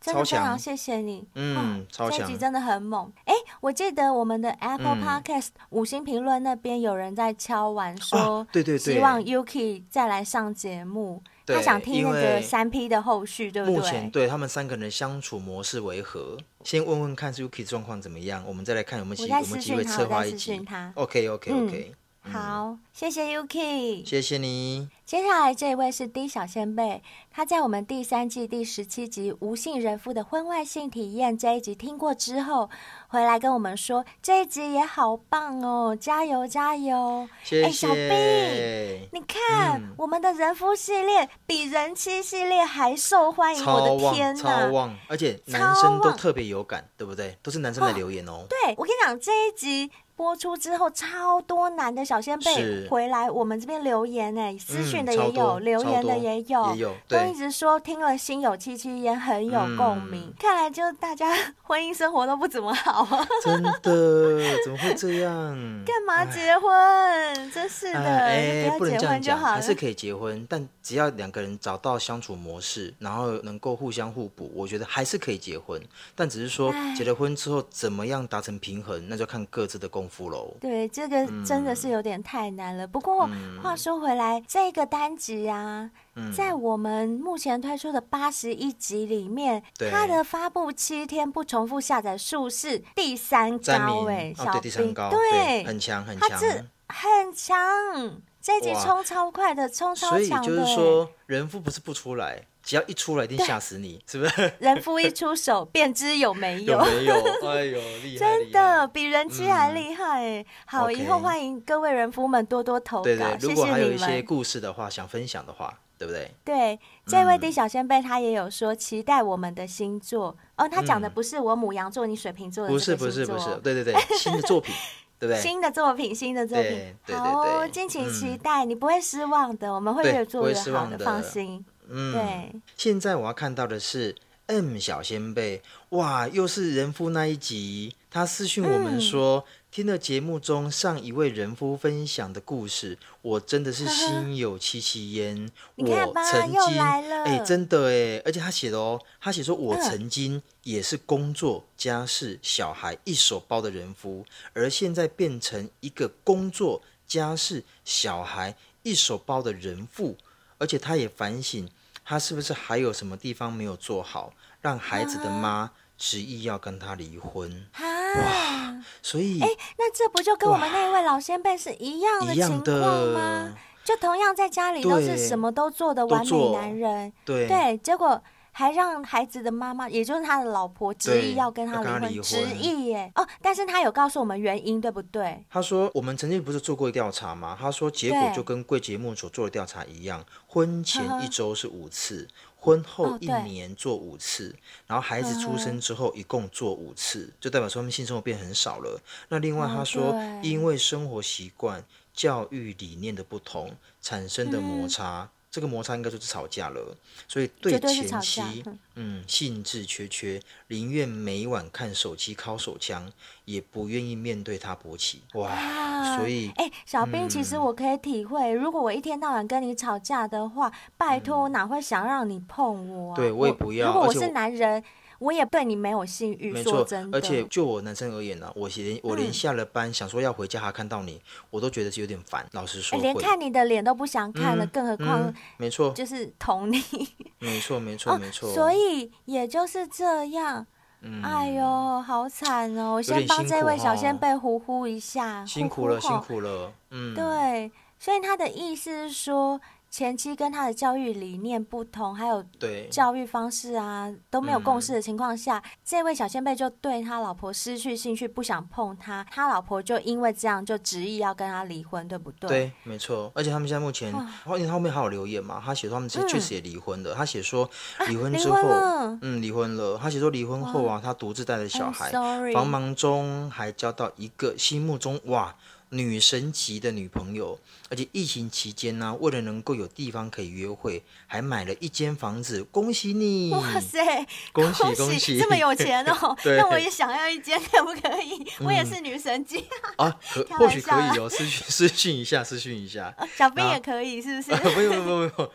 真的非常谢谢你， 嗯，哦、超强， 这一集真的很猛。哎，我记得我们的 Apple Podcast、嗯、五星评论那边有人在敲碗说， 哦、对对对， 希望 Yuki 再来上节目。他想听那个三 P 的后续，对不对？ 目前对他们三个人相处模式为何？先问问看 Yuki 状况怎么样，我们再来看有没有机我们机会策划一集。OK OK OK，、 嗯、好，谢谢 Yuki， 谢谢你。 接下来这一位是 D 小仙贝，他在我们第三季第十七集无性人夫的婚外性体验这一集听过之后，回来跟我们说这一集也好棒哦，加油加油！ 谢谢。 哎，小 B， 你看、嗯、我们的人夫系列比人妻系列还受欢迎，我的天哪， 超旺！而且男生都特别有感，对不对？都是男生的留言哦。 哦对，我跟你讲，这一集播出之后，超多男的小仙贝回来我们这边留言哎，私讯的也有，嗯、留言的也有， 也有都一直说听了心有戚戚焉，很有共鸣、嗯。看来就大家婚姻生活都不怎么好啊！ 真的，怎么会这样？ 干嘛结婚？真是的， 哎， 不要结婚就好了。 还是可以结婚，但只要两个人找到相处模式，然后能够互相互补，我觉得还是可以结婚。但只是说结了婚之后怎么样达成平衡，那就看各自的功夫喽。 对，这个真的是有点太难了。嗯、不过话说回来，这个单集啊。嗯、在我们目前推出的八十一集里面，它的发布七天不重复下载数是第三高哎、欸，小兵、 哦、第三高， 对， 很强很强， 它是很强，这一集冲超快的，冲超强的、欸。 所以就是说，人夫不是不出来，只要一出来一定嚇死你，是不是？ 人夫一出手便知有没有， 有没有？哎呦，厉害！ 真的比人妻还厉害哎、嗯！好， okay, 以后欢迎各位人夫们多多投稿， 对对， 谢谢你们。 如果还有一些故事的话，想分享的话。对不对？ 对，这位 D 小仙贝他也有说期待我们的星座、嗯、哦，他讲的不是我牡羊座、你水瓶座的这个星座， 不是不是不是，对对对，新的作品，对不对？ 新的作品，新的作品， 对对对对， 好哦，敬请期待、嗯，你不会失望的，我们会越做越好的，放心。嗯，对。 现在我要看到的是 M 小仙贝，哇，又是人夫那一集，他私讯我们说。嗯，听了节目中上一位人夫分享的故事，我真的是心有戚戚焉。我曾经，哎，真的哎，而且他写的哦，他写说我曾经也是工作、家事、小孩一手包的人夫，而现在变成一个工作、家事、小孩一手包的人妇，而且他也反省，他是不是还有什么地方没有做好，让孩子的妈执意要跟他离婚。哇，所以哎，那这不就跟我们那一位老先辈是一样的情况吗？就同样在家里都是什么都做的完美男人， 对对，结果还让孩子的妈妈，也就是他的老婆执意要跟他离婚，执意耶哦，但是他有告诉我们原因，对不对？ 他说我们曾经不是做过调查吗？他说结果就跟贵节目所做的调查一样，婚前一周是五次。婚后一年做五次、哦，然后孩子出生之后一共做五次、嗯，就代表说他们性生活变很少了。那另外他说，哦、因为生活习惯、教育理念的不同产生的摩擦。嗯，这个摩擦应该就是吵架了，所以对前妻，嗯，兴致缺缺，宁愿每晚看手机靠手枪，也不愿意面对他勃起。哇，啊、所以， 哎、欸，小兵、嗯，其实我可以体会，如果我一天到晚跟你吵架的话，拜托，我哪会想让你碰我、啊？ 对，我也不要。 如果我是男人。我也对你没有性欲， 没错，真的。 而且就我男生而言呢、啊，我连我连下了班、嗯、想说要回家还看到你，我都觉得是有点烦。老实说、欸， 连看你的脸都不想看了，嗯、更何况、 嗯、没错， 就是捅你。 没错，没错，没错。 所以也就是这样。嗯、哎呦，好惨哦！我先帮这位小仙贝呼呼一下， 辛苦了，辛苦了。嗯， 对，所以他的意思是说。前妻跟他的教育理念不同，还有教育方式啊都没有共识的情况下、嗯，这位小仙贝就对他老婆失去兴趣，不想碰他，他老婆就因为这样就执意要跟他离婚，对不对？ 对，没错。而且他们现在目前，因为后面还有留言嘛，他写说他们确实也离婚了。嗯、他写说离婚之后，啊、嗯，离婚了。他写说离婚后啊，他独自带着小孩，繁忙中还交到一个心目中哇。女神级的女朋友，而且疫情期间呢、啊，为了能够有地方可以约会，还买了一间房子，恭喜你！ 哇塞， 恭喜恭喜， 这么有钱哦！那我也想要一间，可不可以？嗯、我也是女神级啊，可或许可以哦，私讯私讯一下，私讯一下， 小兵也可以，是不是？ 啊、不用不用不用。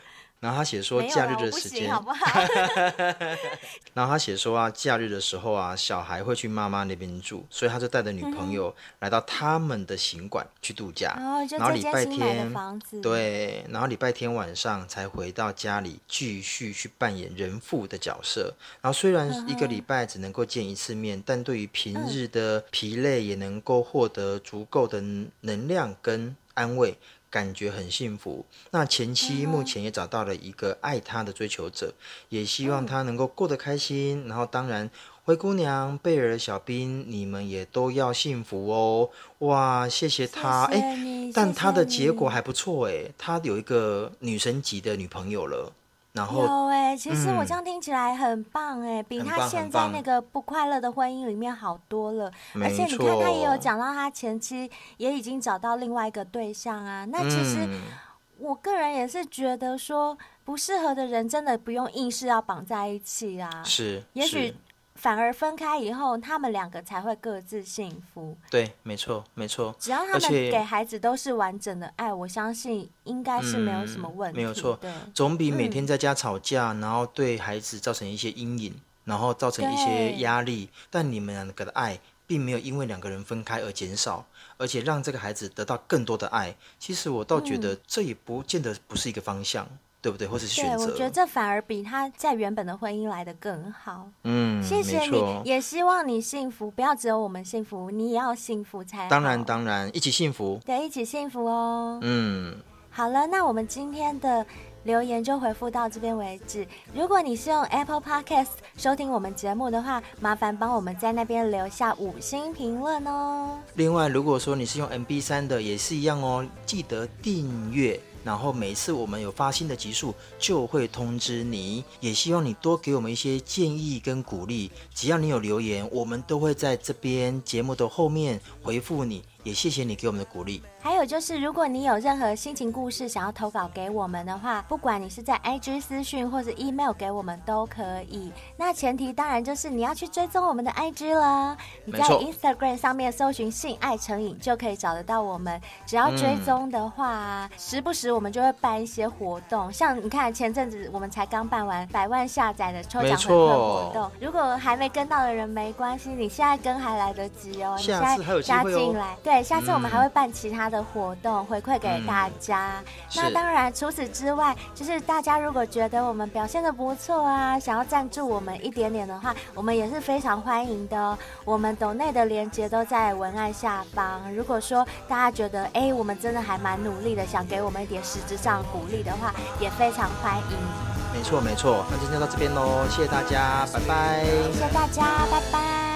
然后他写说假日的时间， 好不好？ 然后他写说啊，假日的时候啊，小孩会去妈妈那边住，所以他就带着女朋友来到他们的行馆去度假。 哦，就然后礼拜这间新买的天房子， 对，然后礼拜天晚上才回到家里继续去扮演人父的角色。然后虽然一个礼拜只能够见一次面，但对于平日的疲累也能够获得足够的能量跟安慰。感觉很幸福。那前妻目前也找到了一个爱他的追求者，也希望他能够过得开心。然后当然，灰姑娘、贝尔、小兵，你们也都要幸福哦！哇，谢谢他。 谢谢你， 但他的结果谢谢还不错哎，他有一个女神级的女朋友了。然后有哎、其实我嗯这样听起来很棒哎、比很他棒很棒现在那个不快乐的婚姻里面好多了。 没而且你看， 错他也有讲到他前妻也已经找到另外一个对象啊。那其实嗯我个人也是觉得说，不适合的人真的不用硬是要绑在一起啊。 是， 也许是反而分开以后，他们两个才会各自幸福。 对，没错，没错。 只要他们而且给孩子都是完整的爱，我相信应该是没有什么问题、 嗯没有错对， 总比每天在家吵架，然后对孩子造成一些阴影，然后造成一些对压力。但你们两个的爱并没有因为两个人分开而减少，而且让这个孩子得到更多的爱。其实我倒觉得这也不见得不是一个方向，对不对？或是选对， 择。 我觉得这反而比他在原本的婚姻来得更好。 嗯， 谢谢你没错， 也希望你幸福，不要只有我们幸福，你也要幸福才好。 当然当然，一起幸福。 对，一起幸福哦。 嗯， 好了，那我们今天的留言就回复到这边为止。如果你是用 Apple Podcast 收听我们节目的话，麻烦帮我们在那边留下五星评论哦。 另外，如果说你是用 M P 三 的，也是一样哦，记得订阅。然后每次我们有发新的集数，就会通知你。也希望你多给我们一些建议跟鼓励。只要你有留言，我们都会在这边节目的后面回复你。也谢谢你给我们的鼓励。 还有就是，如果你有任何心情故事想要投稿给我们的话，不管你是在 I G 私讯或者 email 给我们都可以。那前提当然就是你要去追踪我们的 I G 啦。你在没错 Instagram 上面搜寻性爱成瘾就可以找得到我们。只要追踪的话， 嗯、 时不时我们就会办一些活动。像你看前阵子我们才刚办完百万下载的抽奖回馈活动。如果还没跟到的人没关系，你现在跟还来得及哦。你现在加进来，对。对，下次我们还会办其他的活动、嗯、回馈给大家。那当然，除此之外，就是大家如果觉得我们表现得不错啊，想要赞助我们一点点的话，我们也是非常欢迎的哦。我们抖内的连结都在文案下方。如果说大家觉得，哎，我们真的还蛮努力的，想给我们一点实质上的鼓励的话，也非常欢迎。 没错没错，那今天就到这边喽，谢谢大家，拜拜。 谢谢大家，拜拜。